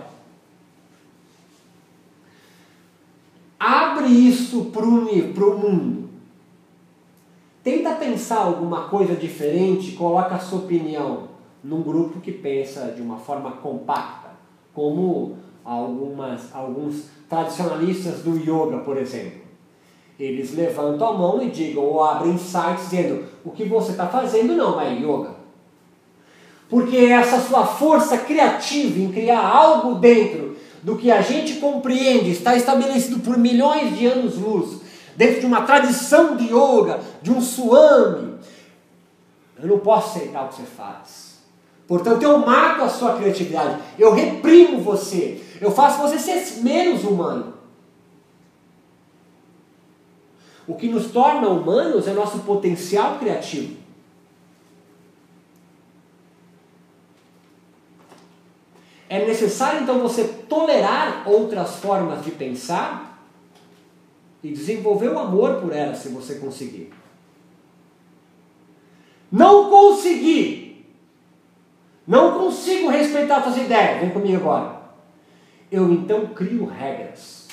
Abre isso para o mundo. Tenta pensar alguma coisa diferente, coloca a sua opinião num grupo que pensa de uma forma compacta, como algumas, alguns tradicionalistas do yoga, por exemplo. Eles levantam a mão e digam, ou abrem sites dizendo, o que você está fazendo não é yoga. Porque essa sua força criativa em criar algo dentro do que a gente compreende, está estabelecido por milhões de anos-luz, dentro de uma tradição de yoga, de um swami, eu não posso aceitar o que você faz. Portanto, eu mato a sua criatividade, eu reprimo você, eu faço você ser menos humano. O que nos torna humanos é nosso potencial criativo. É necessário então você tolerar outras formas de pensar e desenvolver o amor por elas, se você conseguir. Não conseguir. Não consigo respeitar suas ideias. Vem comigo agora. Eu então crio regras.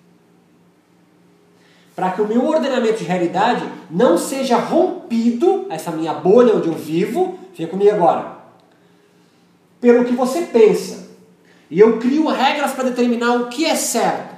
Para que o meu ordenamento de realidade não seja rompido, essa minha bolha onde eu vivo, fica comigo agora, pelo que você pensa. E eu crio regras para determinar o que é certo.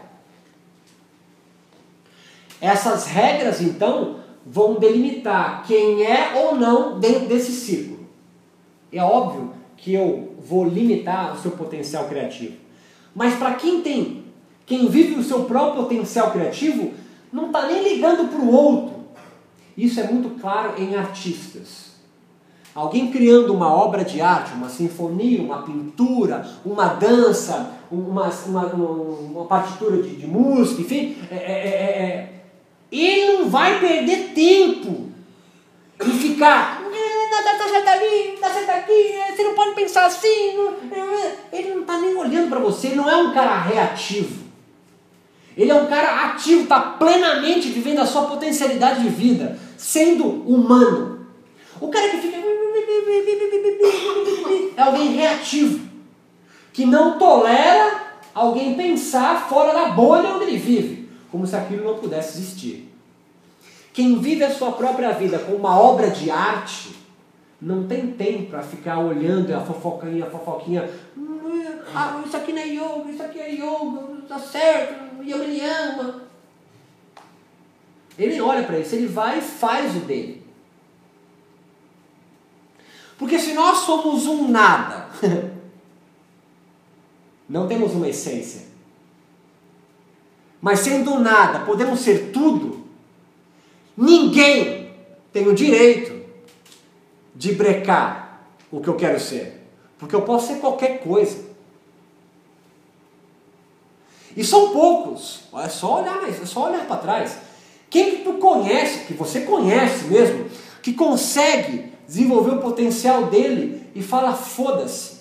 Essas regras, então, vão delimitar quem é ou não dentro desse círculo. É óbvio que eu vou limitar o seu potencial criativo. Mas para quem tem, quem vive o seu próprio potencial criativo, não está nem ligando para o outro. Isso é muito claro em artistas. Alguém criando uma obra de arte, uma sinfonia, uma pintura, uma dança, uma, uma, uma partitura de, de música, enfim, é, é, é, ele não vai perder tempo em ficar, dá certo ali, dá certo aqui, você não pode pensar assim. Não, ele não está nem olhando para você, ele não é um cara reativo. Ele é um cara ativo, está plenamente vivendo a sua potencialidade de vida, sendo humano. O cara que fica... é alguém reativo, que não tolera alguém pensar fora da bolha onde ele vive, como se aquilo não pudesse existir. Quem vive a sua própria vida com uma obra de arte, não tem tempo para ficar olhando a fofoquinha, a fofoquinha, ah, isso aqui não é yoga, isso aqui é yoga, tá certo, e ele ama. Ele olha para isso, ele vai e faz o dele. Porque se nós somos um nada, não temos uma essência, mas sendo um nada, podemos ser tudo, ninguém tem o direito de brecar o que eu quero ser. Porque eu posso ser qualquer coisa. E são poucos. É só olhar, é só olhar para trás. Quem que tu conhece, que você conhece mesmo, que consegue desenvolver o potencial dele e fala foda-se?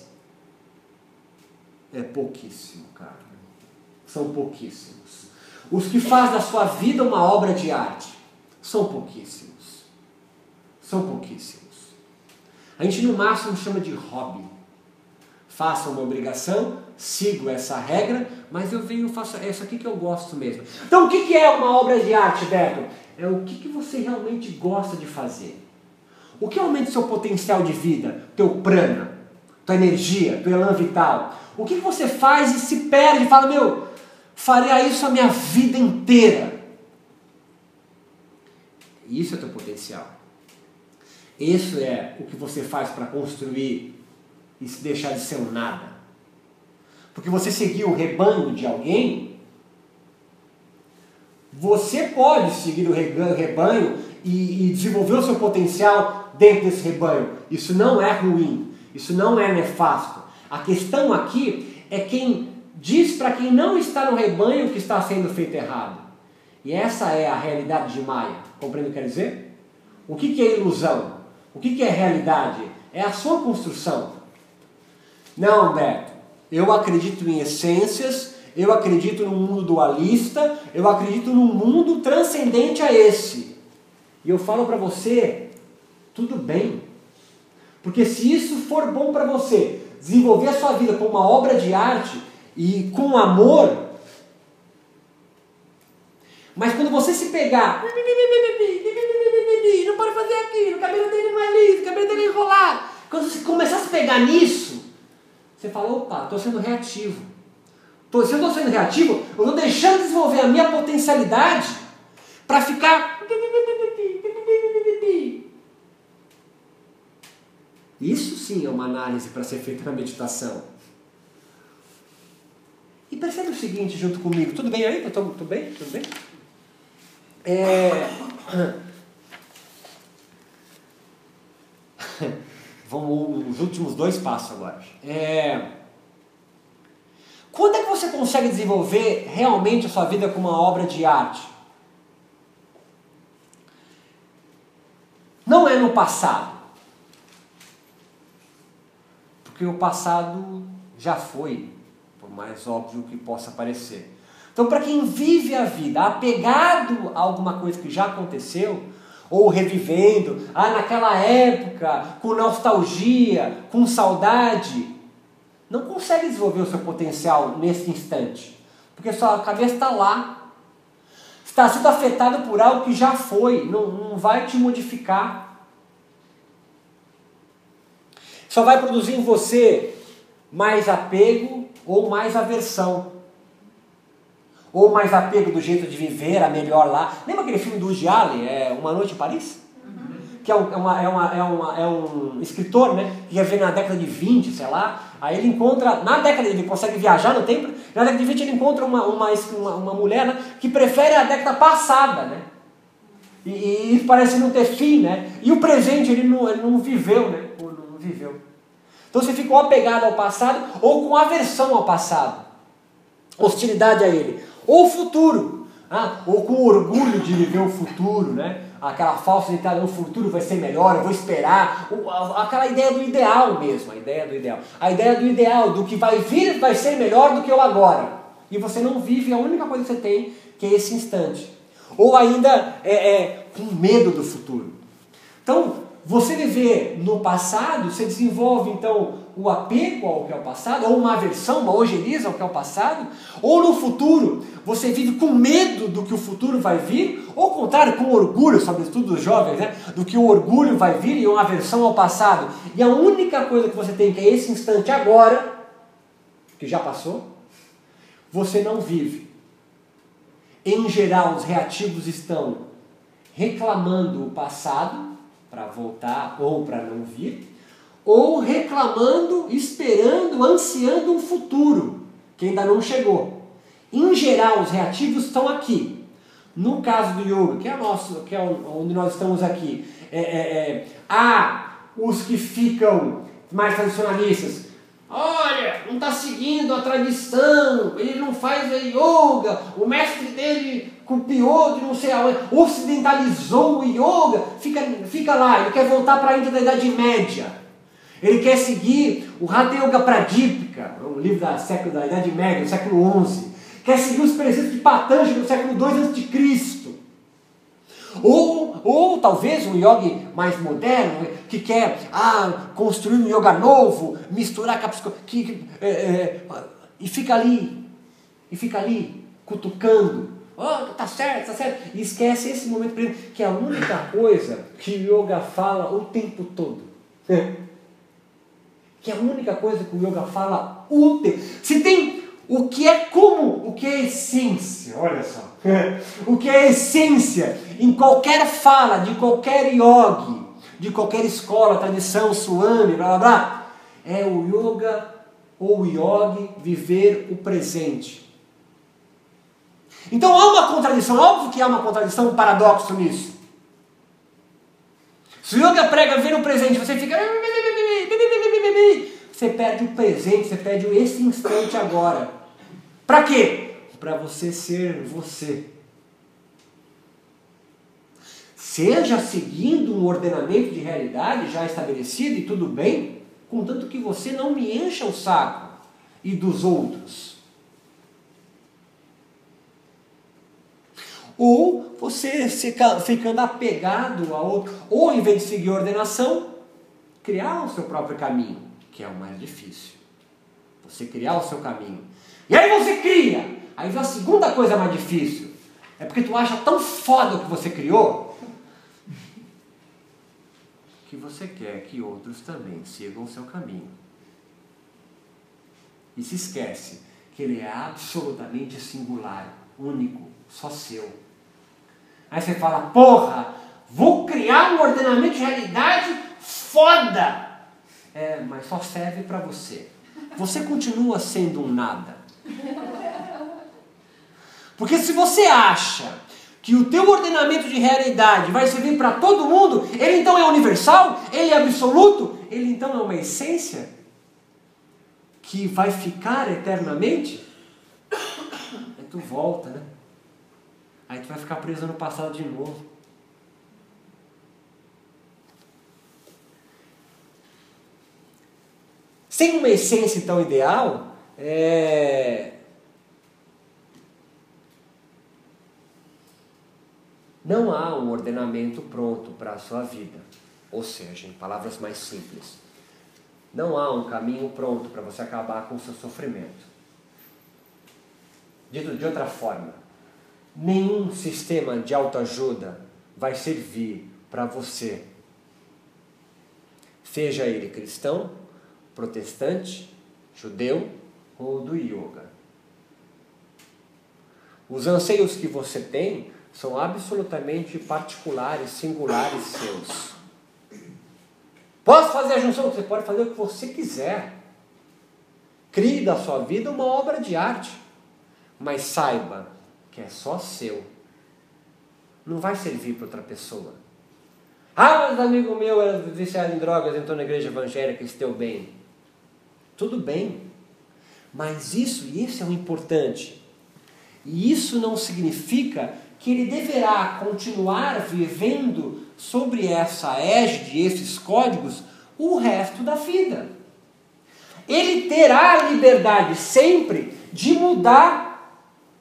É pouquíssimo, cara. São pouquíssimos. Os que fazem da sua vida uma obra de arte são pouquíssimos. São pouquíssimos. A gente no máximo chama de hobby. Faço uma obrigação, sigo essa regra, mas eu venho, faço, é isso aqui que eu gosto mesmo. Então o que é uma obra de arte, Beto? É o que você realmente gosta de fazer. O que aumenta o seu potencial de vida? Teu prana, tua energia, teu elan vital. O que você faz e se perde e fala, meu, faria isso a minha vida inteira. Isso é teu potencial. Isso é o que você faz para construir e se deixar de ser um nada. Porque você seguir o rebanho de alguém, você pode seguir o rebanho e, e desenvolver o seu potencial dentro desse rebanho. Isso não é ruim, isso não é nefasto. A questão aqui é quem diz para quem não está no rebanho que está sendo feito errado. E essa é a realidade de Maia. Compreende o que eu quero dizer? O que é ilusão? O que é realidade? É a sua construção. Não, Beto. Eu acredito em essências, eu acredito num mundo dualista, eu acredito num mundo transcendente a esse. E eu falo para você, tudo bem. Porque se isso for bom para você, desenvolver a sua vida como uma obra de arte e com amor, mas quando você se pegar, não pode fazer aquilo, o cabelo dele não é liso, o cabelo dele é enrolado. Quando você começar a se pegar nisso, você fala, opa, estou sendo reativo. Tô, se eu estou sendo reativo, eu estou deixando de desenvolver a minha potencialidade para ficar... Isso sim é uma análise para ser feita na meditação. E percebe o seguinte junto comigo. Tudo bem aí? Tudo, tudo bem? Tudo bem? É... Vamos os últimos dois passos agora. É... Quando é que você consegue desenvolver realmente a sua vida como uma obra de arte? Não é no passado. Porque o passado já foi, por mais óbvio que possa parecer. Então, para quem vive a vida apegado a alguma coisa que já aconteceu, ou revivendo, ah, naquela época, com nostalgia, com saudade, não consegue desenvolver o seu potencial nesse instante. Porque sua cabeça está lá. Está sendo afetado por algo que já foi, não, não vai te modificar. Só vai produzir em você mais apego ou mais aversão. Ou mais apego do jeito de viver, a melhor lá. Lembra aquele filme do Woody Allen, é Uma Noite em Paris? Uhum. Que é um, é, uma, é, uma, é, uma, é um escritor, né? Que ia ver na década de vinte, sei lá. Aí ele encontra, na década, ele consegue viajar no tempo. Na década de vinte ele encontra uma, uma, uma, uma mulher, né, que prefere a década passada, né? E, e parece não ter fim, né? E o presente ele não, ele não viveu, né? Ou não viveu. Então você ficou apegado ao passado ou com aversão ao passado. Hostilidade a ele. Ou o futuro, ah, ou com orgulho de viver o futuro, né? Aquela falsa identidade, o futuro vai ser melhor, eu vou esperar, aquela ideia do ideal mesmo, a ideia do ideal, a ideia do ideal, do que vai vir vai ser melhor do que o agora, e você não vive a única coisa que você tem, que é esse instante, ou ainda é, é, com medo do futuro. Então, você viver no passado, você desenvolve então o apego ao que é o passado, ou uma aversão, uma ojeriza ao que é o passado, ou no futuro, você vive com medo do que o futuro vai vir, ou ao contrário, com orgulho, sobretudo dos jovens, né? Do que o orgulho vai vir e uma aversão ao passado. E a única coisa que você tem, que é esse instante agora, que já passou, você não vive. Em geral, os reativos estão reclamando o passado, para voltar ou para não vir, ou reclamando, esperando, ansiando um futuro que ainda não chegou. Em geral, os reativos estão aqui. No caso do yoga, que é, nosso, que é onde nós estamos aqui, é, é, é, há os que ficam mais tradicionalistas. Olha, não está seguindo a tradição, ele não faz a yoga, o mestre dele copiou de não sei aonde, ocidentalizou o yoga, fica, fica lá, ele quer voltar para a Índia da Idade Média. Ele quer seguir o Hatha Yoga Pradipika, um livro da, século, da Idade Média, do século onze. Quer seguir os preceitos de Patanjali do século dois antes de Cristo. Ou, ou talvez um yogi mais moderno, que quer ah, construir um yoga novo, misturar com a psico... que, que, é, é, e fica ali, e fica ali, cutucando. Oh, tá certo, tá certo. E esquece esse momento presente, que é a única coisa que o yoga fala o tempo todo. Que é a única coisa que o yoga fala o tempo. Se tem o que é como, o que é essência, olha só. O que é essência em qualquer fala de qualquer yogi, de qualquer escola, tradição, swami, blá blá blá, é o yoga ou o yogi viver o presente. Então há uma contradição, óbvio que há uma contradição, um paradoxo nisso. Se o yoga prega viver o presente, você fica... Você perde o presente, você perde esse instante agora. Para quê? Para você ser você. Seja seguindo um ordenamento de realidade já estabelecido e tudo bem, contanto que você não me encha o saco e dos outros. Ou você ficando apegado a outro, ou em vez de seguir a ordenação, criar o seu próprio caminho, que é o mais difícil. Você criar o seu caminho. E aí você cria. Aí vem a segunda coisa mais difícil. É porque tu acha tão foda o que você criou, que você quer que outros também sigam o seu caminho. E se esquece que ele é absolutamente singular, único, só seu. Aí você fala, porra, vou criar um ordenamento de realidade foda. É, mas só serve para você. Você continua sendo um nada. Porque se você acha que o teu ordenamento de realidade vai servir para todo mundo, ele então é universal, ele é absoluto, ele então é uma essência que vai ficar eternamente, aí tu volta, né? Aí tu vai ficar preso no passado de novo. Sem uma essência tão ideal, é... não há um ordenamento pronto para a sua vida. Ou seja, em palavras mais simples, não há um caminho pronto para você acabar com o seu sofrimento. Dito de outra forma, nenhum sistema de autoajuda vai servir para você. Seja ele cristão, protestante, judeu ou do yoga. Os anseios que você tem são absolutamente particulares, singulares seus. Posso fazer a junção? Você pode fazer o que você quiser. Crie da sua vida uma obra de arte. Mas saiba que é só seu. Não vai servir para outra pessoa. Ah, mas amigo meu era viciado em drogas, entrou na igreja evangélica e se deu bem. Tudo bem. Mas isso, isso é o importante. E isso não significa que ele deverá continuar vivendo sobre essa égide, esses códigos, o resto da vida. Ele terá a liberdade sempre de mudar.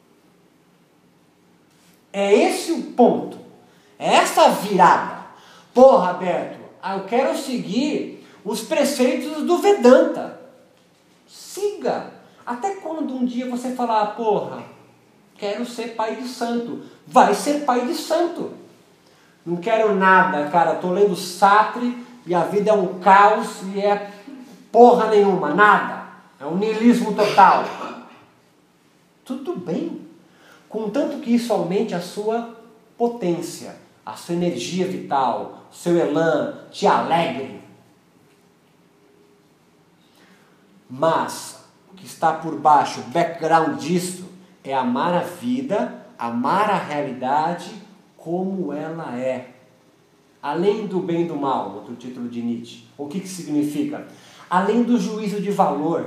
É esse o ponto. É essa virada. Porra, Alberto, eu quero seguir os preceitos do Vedanta. Siga. Até quando um dia você falar, porra, quero ser pai de santo. Vai ser pai de santo. Não quero nada, cara. Estou lendo Sartre e a vida é um caos e é porra nenhuma, nada. É um niilismo total. Tudo bem. Contanto que isso aumente a sua potência, a sua energia vital, o seu elan, te alegre. Mas o que está por baixo, o background disso, é amar a vida, amar a realidade como ela é. Além do bem e do mal, outro título de Nietzsche. O que que significa? Além do juízo de valor.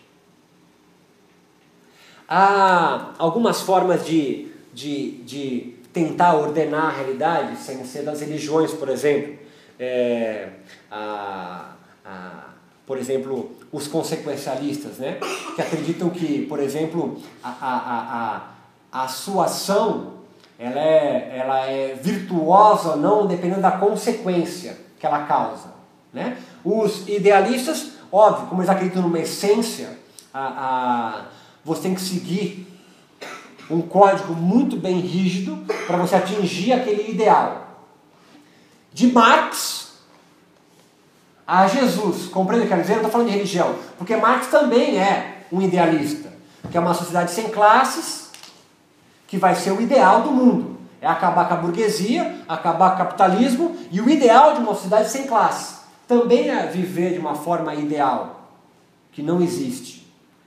Há algumas formas de, de, de tentar ordenar a realidade, sem ser das religiões, por exemplo. É, a, a, por exemplo, os consequencialistas, né? Que acreditam que, por exemplo, a, a, a, a sua ação ela é, ela é virtuosa ou não, dependendo da consequência que ela causa, né? Os idealistas, óbvio, como eles acreditam numa essência, a, a, você tem que seguir um código muito bem rígido para você atingir aquele ideal. De Marx a Jesus, compreende o que eu quero dizer? Eu estou falando de religião, porque Marx também é um idealista, que é uma sociedade sem classes, que vai ser o ideal do mundo. É acabar com a burguesia, acabar com o capitalismo, e o ideal de uma sociedade sem classe também é viver de uma forma ideal, que não existe.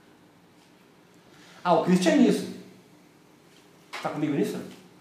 Ah, o cristianismo. Está comigo nisso?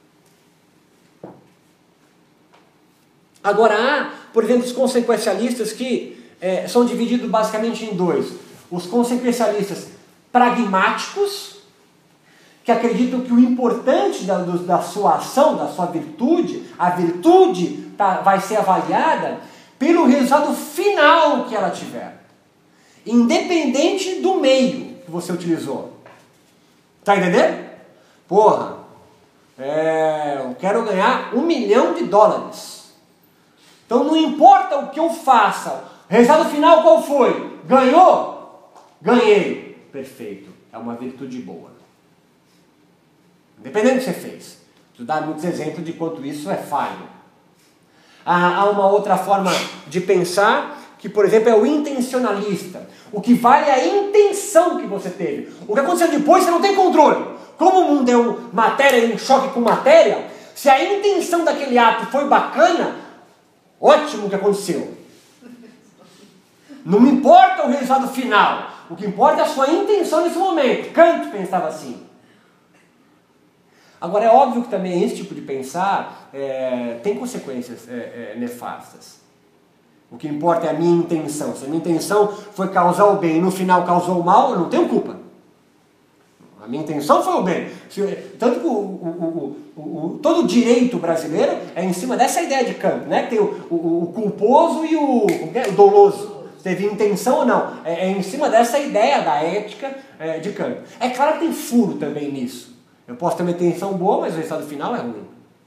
Agora há, por exemplo, os consequencialistas que é, são divididos basicamente em dois. Os consequencialistas pragmáticos, que acreditam que o importante da, do, da sua ação, da sua virtude, a virtude tá, vai ser avaliada pelo resultado final que ela tiver, independente do meio que você utilizou. Tá entendendo? Porra, é, eu quero ganhar um milhão de dólares. Então não importa o que eu faça, o resultado final qual foi? Ganhou? Ganhei. Perfeito. É uma virtude boa. Independente do que você fez. Preciso dar muitos exemplos de quanto isso é falho. Há uma outra forma de pensar que, por exemplo, é o intencionalista. O que vale é a intenção que você teve. O que aconteceu depois você não tem controle. Como o mundo é um matéria em choque com matéria, se a intenção daquele ato foi bacana, ótimo o que aconteceu. Não me importa o resultado final. O que importa é a sua intenção nesse momento. Kant pensava assim. Agora, é óbvio que também esse tipo de pensar é, tem consequências é, é, nefastas. O que importa é a minha intenção. Se a minha intenção foi causar o bem e no final causou o mal, eu não tenho culpa. A minha intenção foi o bem. Tanto que o, o, o, o, todo o direito brasileiro é em cima dessa ideia de Kant, né? Que tem o, o, o culposo e o, o doloso. Teve intenção ou não. É, é em cima dessa ideia da ética é, de Kant. É claro que tem furo também nisso. Eu posso ter uma intenção boa, mas o resultado final é ruim.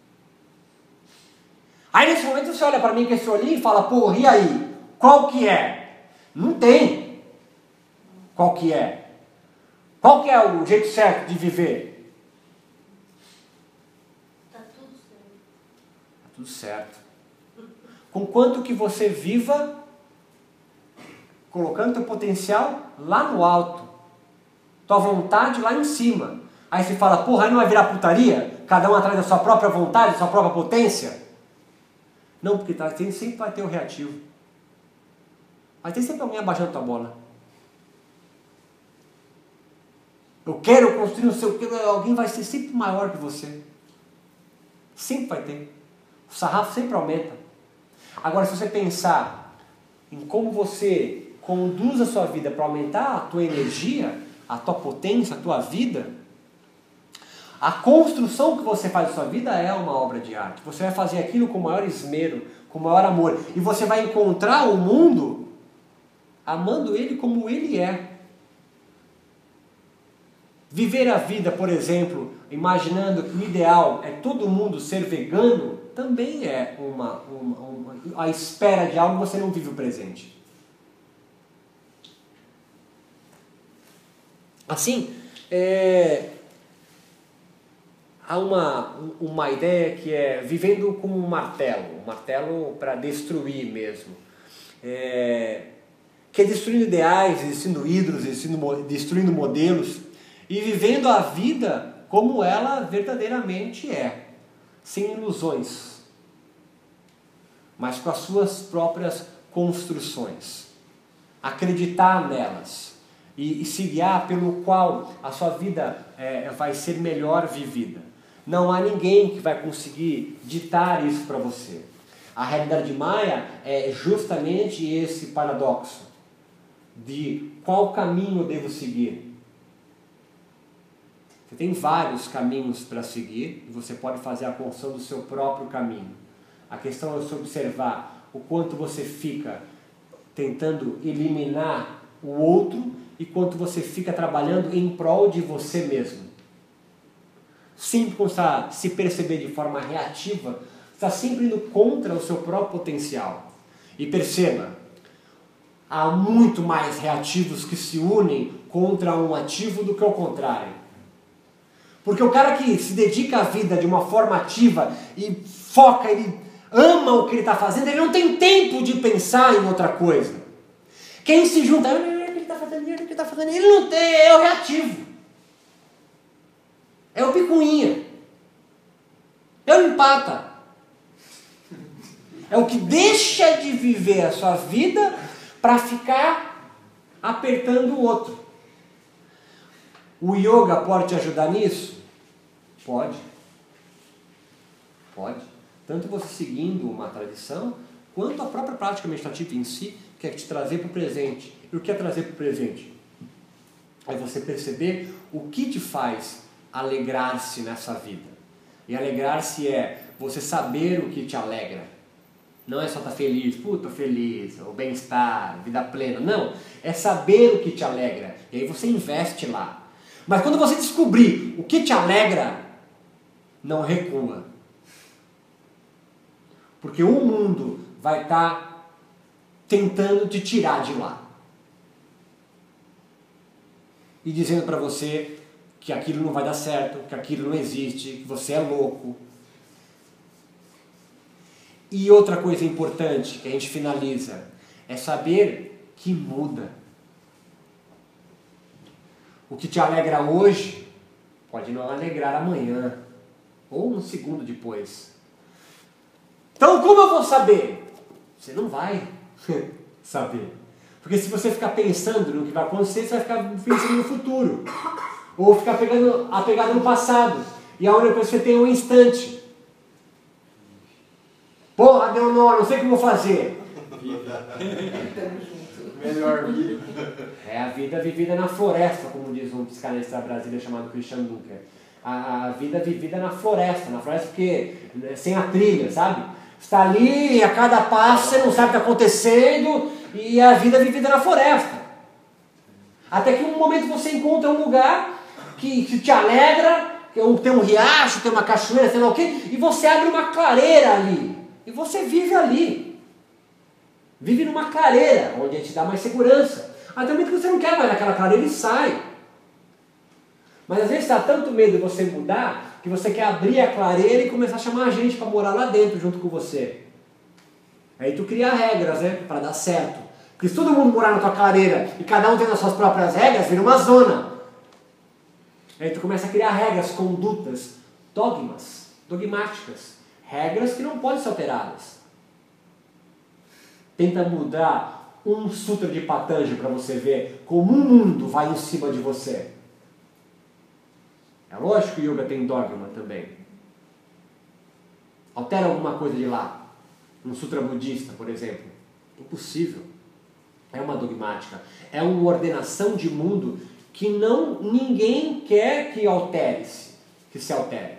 Aí nesse momento você olha para mim com esse olhinho e fala, porra, e aí? Qual que é? Não tem. Qual que é? Qual que é o jeito certo de viver? Tá tudo certo. Tá tudo certo. Conquanto que você viva colocando teu potencial lá no alto, tua vontade lá em cima. Aí você fala, porra, aí não vai virar putaria? Cada um atrás da sua própria vontade, da sua própria potência? Não, porque tá, sempre vai ter o reativo. Vai ter sempre alguém abaixando tua bola. Eu quero construir o seu... Alguém vai ser sempre maior que você. Sempre vai ter. O sarrafo sempre aumenta. Agora, se você pensar em como você conduz a sua vida para aumentar a tua energia, a tua potência, a tua vida, a construção que você faz da sua vida é uma obra de arte. Você vai fazer aquilo com maior esmero, com maior amor. E você vai encontrar o mundo amando ele como ele é. Viver a vida, por exemplo, imaginando que o ideal é todo mundo ser vegano, também é uma, uma, uma a espera de algo que você não vive o presente. Assim, é, há uma, uma ideia que é vivendo como um martelo, um martelo para destruir mesmo. É, que é destruindo ideais, destruindo ídolos, destruindo, destruindo modelos e vivendo a vida como ela verdadeiramente é, sem ilusões, mas com as suas próprias construções. Acreditar nelas. e, e se guiar pelo qual a sua vida é, vai ser melhor vivida. Não há ninguém que vai conseguir ditar isso para você. A realidade maia é justamente esse paradoxo de qual caminho eu devo seguir. Você tem vários caminhos para seguir e você pode fazer a construção do seu próprio caminho. A questão é você observar o quanto você fica tentando eliminar o outro e quanto você fica trabalhando em prol de você mesmo. Sempre quando você se perceber de forma reativa, está sempre indo contra o seu próprio potencial. E perceba, há muito mais reativos que se unem contra um ativo do que o contrário. Porque o cara que se dedica à vida de uma forma ativa e foca, ele ama o que ele está fazendo, ele não tem tempo de pensar em outra coisa. Quem se junta, o que ele está fazendo, o que ele está fazendo, ele não tem, é o reativo. É o picuinha. É o empata. É o que deixa de viver a sua vida para ficar apertando o outro. O yoga pode te ajudar nisso? Pode. Pode. Tanto você seguindo uma tradição, quanto a própria prática meditativa em si, quer te trazer para o presente. E o que é trazer para o presente? É você perceber o que te faz alegrar-se nessa vida. E alegrar-se é você saber o que te alegra. Não é só estar feliz, puta, feliz, o bem-estar, vida plena. Não, é saber o que te alegra. E aí você investe lá. Mas quando você descobrir o que te alegra, não recua. Porque o mundo vai estar tentando te tirar de lá. E dizendo para você que aquilo não vai dar certo, que aquilo não existe, que você é louco. E outra coisa importante que a gente finaliza é saber que muda. O que te alegra hoje pode não alegrar amanhã ou um segundo depois. Então como eu vou saber? Você não vai saber. Porque se você ficar pensando no que vai acontecer, você vai ficar pensando no futuro. Ou ficar pegando, apegado no passado. E a única coisa que você tem é um instante. Porra, deu nó, não sei o que eu vou fazer. Melhor vida. É a vida vivida na floresta, como diz um psicanalista brasileiro chamado Christian Dunker. A, a vida vivida na floresta, na floresta porque sem a trilha, sabe? Está ali, a cada passo você não sabe o que está acontecendo, e a vida vivida na floresta. Até que um momento você encontra um lugar que, que te alegra, que tem um riacho, tem uma cachoeira, sei lá o quê, e você abre uma clareira ali. E você vive ali. Vive numa clareira, onde a gente dá mais segurança. Até o momento que você não quer mais naquela clareira e sai. Mas às vezes está tanto medo de você mudar, que você quer abrir a clareira e começar a chamar a gente para morar lá dentro junto com você. Aí tu cria regras, né, para dar certo. Porque se todo mundo morar na tua clareira e cada um tendo as suas próprias regras, vira uma zona. Aí tu começa a criar regras, condutas, dogmas, dogmáticas. Regras que não podem ser alteradas. Tenta mudar um sutra de Patanjali para você ver como o mundo vai em cima de você. É lógico que o yoga tem dogma também. Altera alguma coisa de lá. Um sutra budista, por exemplo. Impossível. É uma dogmática. É uma ordenação de mundo que não, ninguém quer que altere-se, que se altere.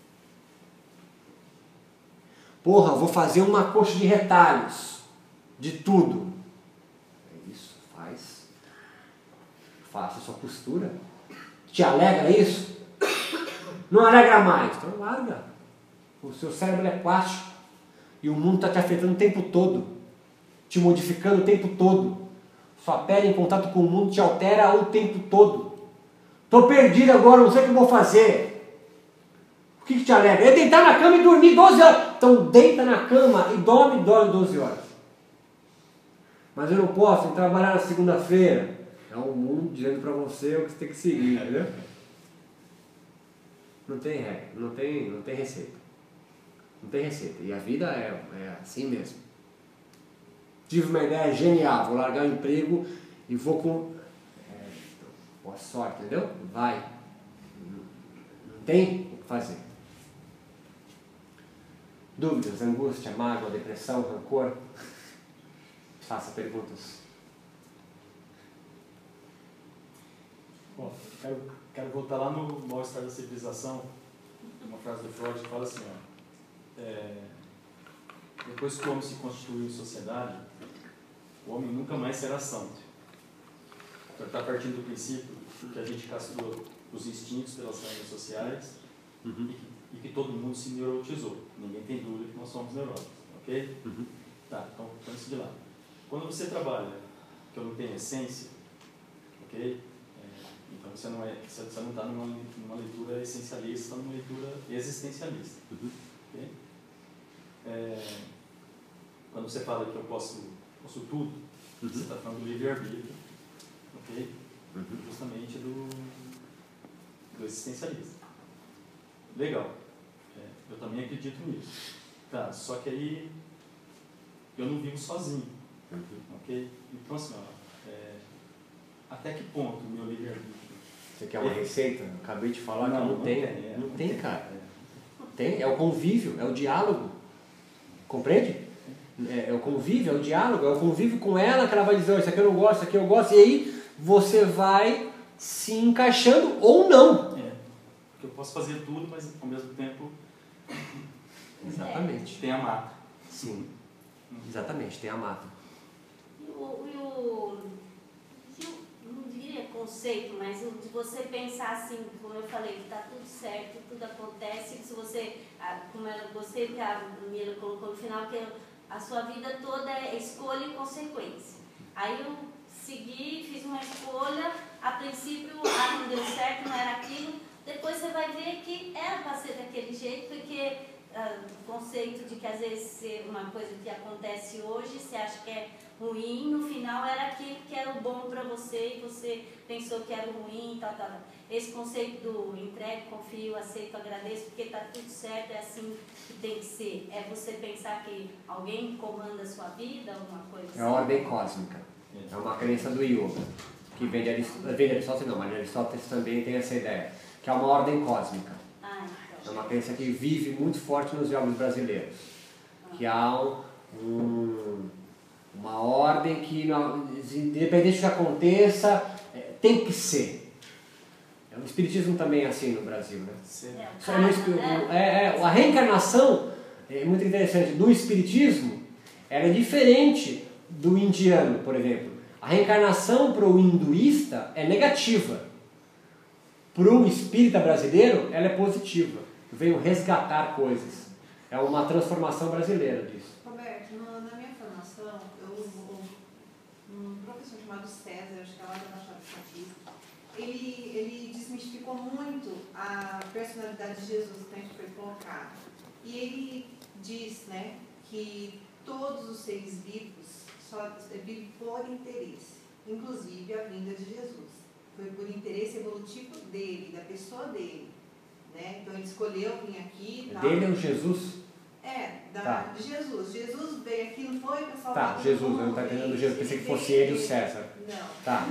Porra, eu vou fazer uma coxa de retalhos. De tudo. É isso, faz. Faça a sua postura. Te alegra isso? Não alegra mais. Então larga. O seu cérebro é plástico. E o mundo está te afetando o tempo todo. Te modificando o tempo todo. Sua pele em contato com o mundo te altera o tempo todo. Estou perdido agora, não sei o que eu vou fazer. O que, que te alegra? É deitar na cama e dormir doze horas. Então deita na cama e dorme, dorme doze horas. Mas eu não posso ir trabalhar na segunda-feira. É o mundo dizendo para você o que você tem que seguir, entendeu? Não tem regra, não tem, não tem receita. Não tem receita. E a vida é, é assim mesmo. Tive uma ideia genial, vou largar o emprego e vou com, é, Boa sorte, entendeu? Vai. Não tem o que fazer. Dúvidas, angústia, mágoa, depressão, rancor? Faça perguntas. Bom, quero, quero voltar lá no Mal-Estar da Civilização, uma frase do Freud que fala assim, ó, é, depois que o homem se constituiu em sociedade, o homem nunca mais será santo. Então está partindo do princípio que a gente castrou os instintos pelas regras sociais, uhum, e, que, e que todo mundo se neurotizou. Ninguém tem dúvida que nós somos neuróticos, ok? Uhum. Tá, então vamos de lá. Quando você trabalha que eu não tenho essência, ok? Então você não é, você não está numa, numa leitura essencialista, está numa leitura existencialista. Uhum. Okay? É, quando você fala que eu posso, posso tudo, uhum, você está falando do livre-arbítrio, ok? Uhum. Justamente do, do existencialista. Legal. É, eu também acredito nisso. Tá, só que aí eu não vivo sozinho. Uhum. Ok? Então assim, ó, é, até que ponto o meu livre-arbítrio... Você quer uma receita? Eu acabei de falar não, que não, não tem. tem, é, não não tem, tem, cara. É. Tem, é o convívio, é o diálogo. Compreende? É, é o convívio, é o diálogo, é o convívio com ela que ela vai dizer, oh, isso aqui eu não gosto, isso aqui eu gosto, e aí você vai se encaixando ou não. É, porque eu posso fazer tudo, mas ao mesmo tempo... Exatamente. Tem a mata. Sim, exatamente, tem a mata. E o... E o... não diria conceito, mas de você pensar assim, como eu falei, que está tudo certo, tudo acontece, se você, como eu gostei que a Mila colocou no final, que a sua vida toda é escolha e consequência. Aí eu segui, fiz uma escolha, a princípio ah, não deu certo, não era aquilo, depois você vai ver que era para ser daquele jeito, porque ah, o conceito de que às vezes uma coisa que acontece hoje, você acha que é ruim, no final era aquilo que era o bom para você e você pensou que era o ruim, tal, tal. Esse conceito do entregue, confio, aceito, agradeço, porque está tudo certo, é assim que tem que ser. É você pensar que alguém comanda a sua vida, alguma coisa assim. É a ordem cósmica. É uma crença do yoga, que vem de Aristóteles, vem de Aristóteles não, mas Aristóteles também tem essa ideia, que é uma ordem cósmica. Ah, então. É uma crença que vive muito forte nos jogos brasileiros. Ah. Que há um... uma ordem que, independente do que aconteça, é, tem que ser. O espiritismo também é assim no Brasil, né? Sim. É, Só no, é, é, a reencarnação é muito interessante. Do espiritismo, ela é diferente do indiano, por exemplo. A reencarnação para o hinduísta é negativa. Para o espírita brasileiro, ela é positiva. Veio resgatar coisas. É uma transformação brasileira disso. Roberto, no, na minha formação, eu, um professor chamado César, acho que é lá da Baixada Santista, ele, ele desmistificou muito a personalidade de Jesus que a gente foi colocado. E ele diz, né, que todos os seres vivos só vivem por interesse, inclusive a vinda de Jesus. Foi por interesse evolutivo dele, da pessoa dele. Né? Então ele escolheu vir aqui. Dele é o Jesus? É, da, tá. de Jesus. Jesus veio aqui, não foi para salvar Tá, Jesus, eu não estou entendendo Jesus, pensei que fosse ele e o César. Não. Tá.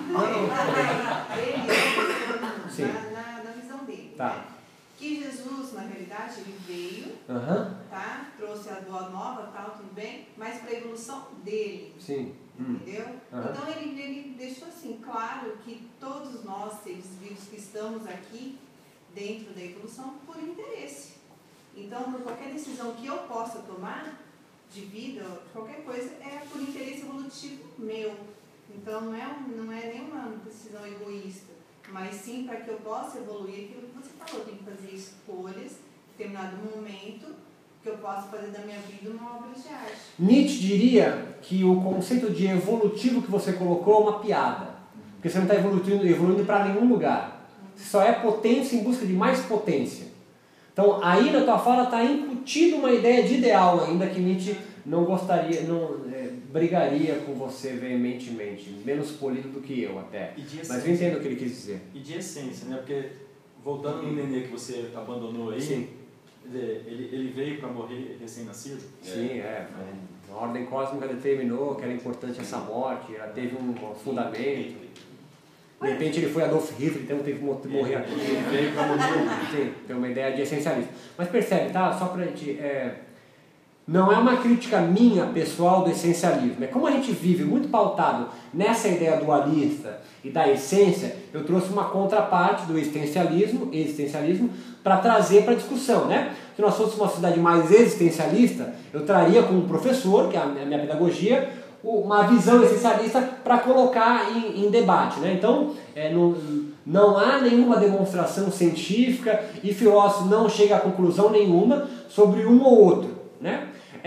Ele é Sim. Na, na, na visão dele. Tá. Né? Que Jesus, na realidade, ele veio, uh-huh. tá? Trouxe a boa nova, tal, tudo bem, mas para a evolução dele. Sim. Entendeu? Uh-huh. Então ele, ele deixou assim claro que todos nós, seres vivos que estamos aqui, dentro da evolução, por interesse. Então, por qualquer decisão que eu possa tomar de vida, qualquer coisa, é por interesse evolutivo meu. Então, não é, um, não é nenhuma decisão egoísta, mas sim para que eu possa evoluir aquilo que você falou. Eu tenho que fazer escolhas em determinado momento que eu possa fazer da minha vida uma obra de arte. Nietzsche diria que o conceito de evolutivo que você colocou é uma piada. Porque você não está evoluindo, evoluindo para nenhum lugar. Você só é potência em busca de mais potência. Então, aí na tua fala está incutida uma ideia de ideal, ainda que Nietzsche não gostaria, não é, brigaria com você veementemente, menos polido do que eu até. Mas eu entendo o que ele quis dizer. E de essência, né? Porque, voltando no nenê que você abandonou aí, sim. Ele, ele veio para morrer recém-nascido? Sim, é. A ordem cósmica determinou que era importante essa morte, ela teve um fundamento. De repente ele foi Adolf Hitler, então teve que morrer aqui. Veio para morrer. Sim, tem uma ideia de essencialismo. Mas percebe, tá? Só pra gente... É... Não é uma crítica minha, pessoal, do essencialismo. É como a gente vive muito pautado nessa ideia dualista e da essência, eu trouxe uma contraparte do existencialismo, existencialismo para trazer para a discussão, né? Se nós fôssemos uma sociedade mais existencialista, eu traria como professor, que é a minha pedagogia, uma visão essencialista para colocar em, em debate, né? Então, é, não, não há nenhuma demonstração científica e filósofo não chega a conclusão nenhuma sobre um ou outro, né?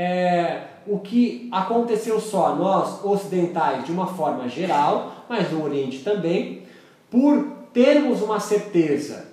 É, o que aconteceu só, nós ocidentais de uma forma geral, mas no Oriente também, por termos uma certeza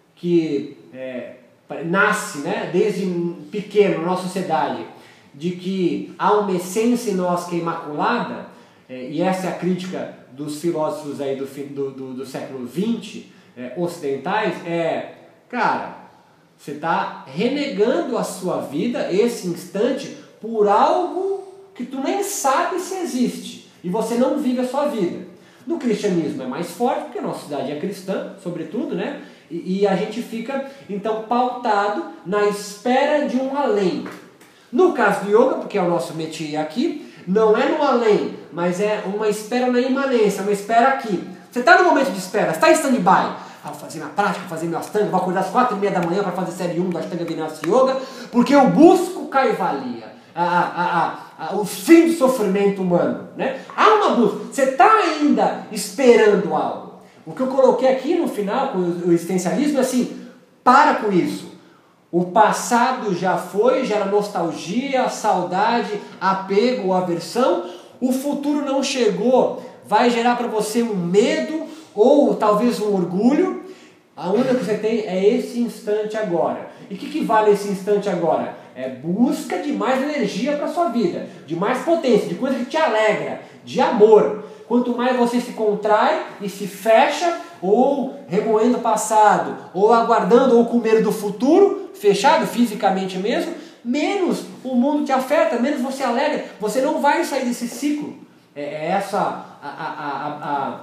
que é, nasce, né, desde pequeno na nossa sociedade, de que há uma essência em nós que é imaculada, é, e essa é a crítica dos filósofos aí do, do, do, do século vinte, é, ocidentais, é, cara, você está renegando a sua vida, esse instante, por algo que tu nem sabe se existe, e você não vive a sua vida. No cristianismo é mais forte, porque a nossa sociedade é cristã, sobretudo, né? E, e a gente fica, então, pautado na espera de um além. No caso do yoga, porque é o nosso métier aqui, não é no além, mas é uma espera na imanência, uma espera aqui. Você está no momento de espera, está em stand-by. Ah, vou fazer minha prática, fazer meu Ashtanga, vou acordar às quatro e meia da manhã para fazer série um do Ashtanga Vinyasa Yoga, porque eu busco Kaivalya, a, a, a, a, o fim do sofrimento humano, né? Há uma busca, você está ainda esperando algo. O que eu coloquei aqui no final, com o existencialismo, é assim, para com isso. O passado já foi, gera nostalgia, saudade, apego, aversão. O futuro não chegou, vai gerar para você um medo ou talvez um orgulho. A única que você tem é esse instante agora. E o que, que vale esse instante agora? É busca de mais energia para a sua vida, de mais potência, de coisa que te alegra, de amor. Quanto mais você se contrai e se fecha, ou remoendo o passado, ou aguardando ou com medo do futuro, fechado fisicamente mesmo, menos o mundo te afeta, menos você alegra. Você não vai sair desse ciclo. É essa a, a, a, a,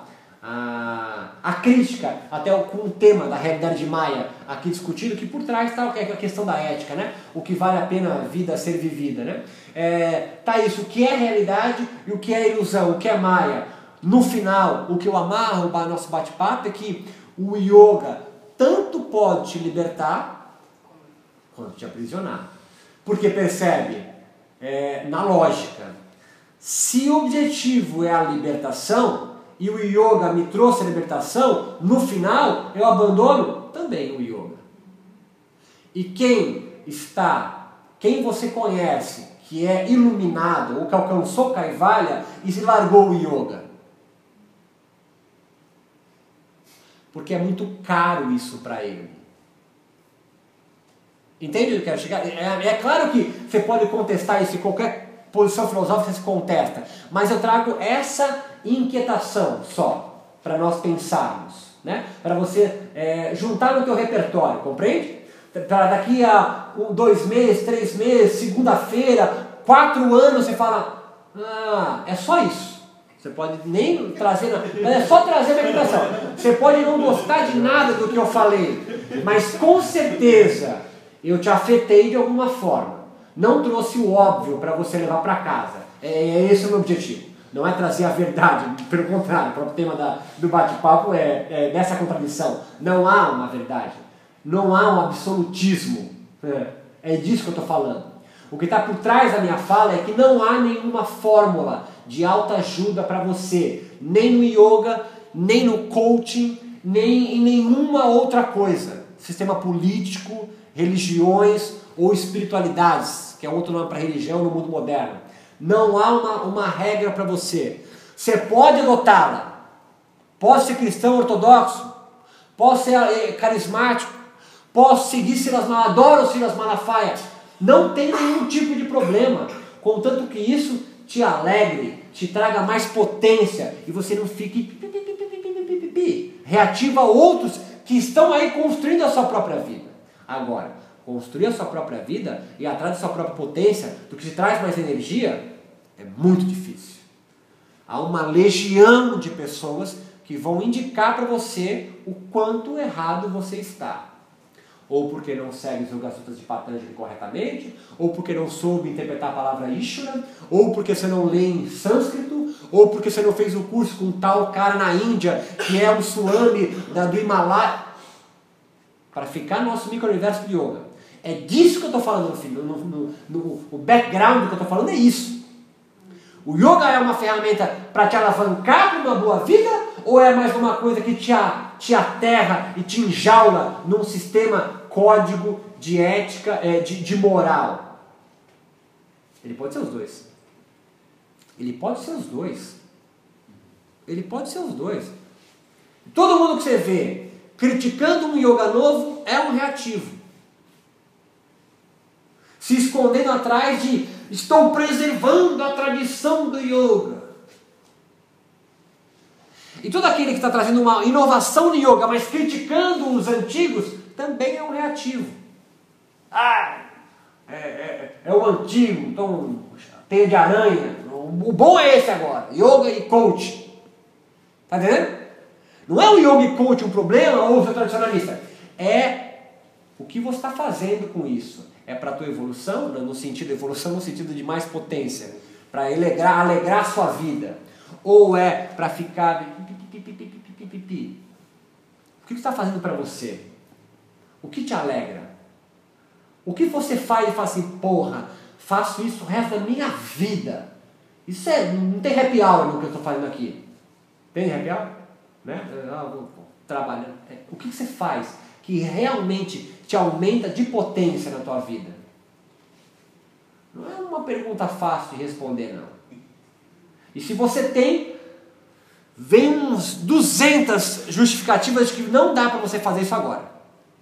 a, a crítica, até com o tema da realidade de Maia aqui discutido, que por trás está a questão da ética, né? O que vale a pena a vida ser vivida, né? É, tá isso, o que é realidade e o que é ilusão, o que é Maia. No final, o que eu amarro o nosso bate-papo é que o yoga tanto pode te libertar quanto te aprisionar. Porque percebe, é, na lógica, se o objetivo é a libertação e o yoga me trouxe a libertação, no final eu abandono também o yoga. E quem está, quem você conhece que é iluminado ou que alcançou Kaivalya e se largou o yoga? Porque é muito caro isso para ele. Entende onde eu quero chegar? É, é claro que você pode contestar isso em qualquer posição filosófica, você se contesta. Mas eu trago essa inquietação só, para nós pensarmos, né? Para você é, juntar no teu repertório, compreende? Para daqui a um, dois meses, três meses, segunda-feira, quatro anos, você fala, ah, é só isso. Você pode nem trazer, mas é só trazer a meditação. Você pode não gostar de nada do que eu falei, mas com certeza eu te afetei de alguma forma. Não trouxe o óbvio para você levar para casa. É, é esse o meu objetivo. Não é trazer a verdade, pelo contrário, o próprio tema da, do bate-papo é, é dessa contradição. Não há uma verdade. Não há um absolutismo. É, é disso que eu estou falando. O que está por trás da minha fala é que não há nenhuma fórmula de autoajuda para você, nem no yoga, nem no coaching, nem em nenhuma outra coisa. Sistema político, religiões ou espiritualidades, que é outro nome para religião no mundo moderno. Não há uma, uma regra para você. Você pode adotá-la. Posso ser cristão ortodoxo, posso ser é, carismático, posso seguir Silas Malafaia, adoro Silas Malafaia. Não tem nenhum tipo de problema, contanto que isso te alegre, te traga mais potência e você não fique reativo a outros que estão aí construindo a sua própria vida. Agora, construir a sua própria vida e atrás da sua própria potência, do que te traz mais energia, é muito difícil. Há uma legião de pessoas que vão indicar para você o quanto errado você está. Ou porque não segue os Yoga Sutras de Patanjali corretamente, ou porque não soube interpretar a palavra Ishvara, ou porque você não lê em sânscrito, ou porque você não fez o curso com um tal cara na Índia, que é o Swami da, do Himalaia, para ficar no nosso micro-universo de yoga. É disso que eu estou falando, filho. No, no, no, o background que eu estou falando é isso. O yoga é uma ferramenta para te alavancar para uma boa vida, ou é mais uma coisa que te, a, te aterra e te enjaula num sistema código de ética, é, de, de moral? Ele pode ser os dois. Ele pode ser os dois. Ele pode ser os dois. Todo mundo que você vê criticando um yoga novo é um reativo. Se escondendo atrás de estou preservando a tradição do yoga. E todo aquele que está trazendo uma inovação no yoga, mas criticando os antigos, também é um reativo. Ah, é, é, é o antigo, então, teia de aranha. O bom é esse agora, yoga e coach. Está entendendo? Não é o yoga e coach um problema ou o tradicionalista. É o que você está fazendo com isso. É para a tua evolução, no sentido evolução no sentido de mais potência, para alegrar, alegrar a sua vida, ou é para ficar pipi? O que você está fazendo para você? O que te alegra? O que você faz e fala assim, porra, faço isso o resto da minha vida? Isso é, não tem happy hour no que eu estou fazendo aqui. Tem happy hour? Né? Ah, vou, vou, trabalhando. O que você faz que realmente te aumenta de potência na tua vida? Não é uma pergunta fácil de responder, não. E se você tem, vem uns duzentas justificativas de que não dá para você fazer isso agora.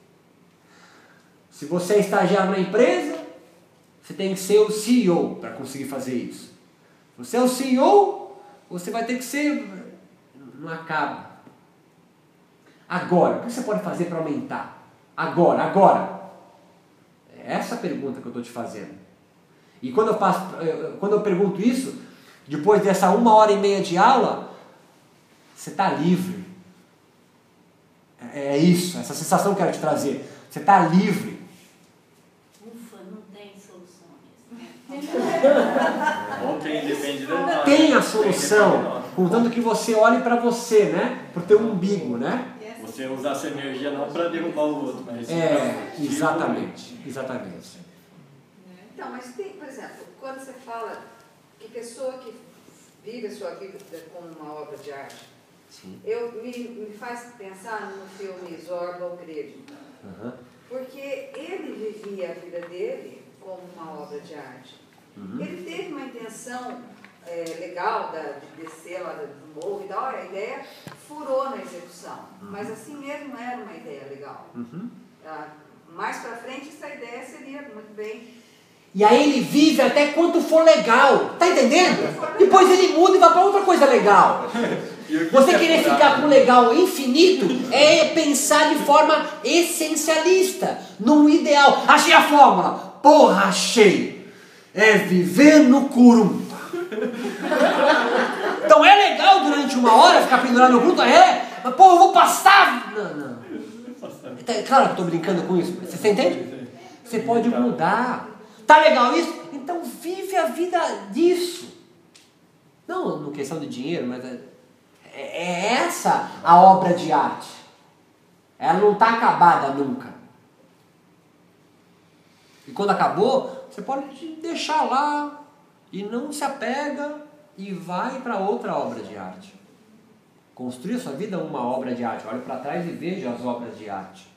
Se você é estagiário na empresa, você tem que ser o C E O para conseguir fazer isso. Se você é o C E O, você vai ter que ser... Não acaba. Agora, o que você pode fazer para aumentar? Agora, agora. É essa a pergunta que eu estou te fazendo. E quando eu, faço, quando eu pergunto isso, depois dessa uma hora e meia de aula, você está livre. É isso, essa sensação que eu quero te trazer. Você está livre. Ufa, não tem solução mesmo. Ou quem depende de nós. Tem a solução, contanto que você olhe para você, né? Para o teu umbigo, né? Você usar essa energia não para derrubar o outro, mas... É, exatamente, exatamente. Então, mas tem, por exemplo, quando você fala que pessoa que vive a sua vida como uma obra de arte, Sim. eu, me, me faz pensar no filme Zorba, o Grego. Uhum. Porque ele vivia a vida dele como uma obra de arte. Uhum. Ele teve uma intenção é, legal da, de descer lá do morro e tal, a ideia furou na execução. Uhum. Mas assim mesmo não era uma ideia legal. Uhum. Ah, mais pra frente essa ideia seria muito bem... E aí ele vive até quanto for legal. Tá entendendo? Depois ele muda e vai para outra coisa legal. Você querer ficar com legal infinito é pensar de forma essencialista, num ideal. Achei a fórmula. Porra, achei. É viver no curumpa. Então é legal durante uma hora ficar pendurado no curumpa? É. Mas porra, eu vou passar. Não, não. É claro que eu estou brincando com isso. Você entende? Você pode mudar. Tá legal isso? Então vive a vida disso. Não no questão de dinheiro, mas é, é essa a obra de arte. Ela não está acabada nunca. E quando acabou, você pode deixar lá e não se apega e vai para outra obra de arte. Construir a sua vida uma obra de arte. Olhe para trás e veja as obras de arte.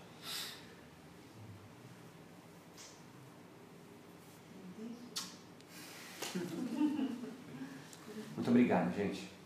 Muito obrigado, gente.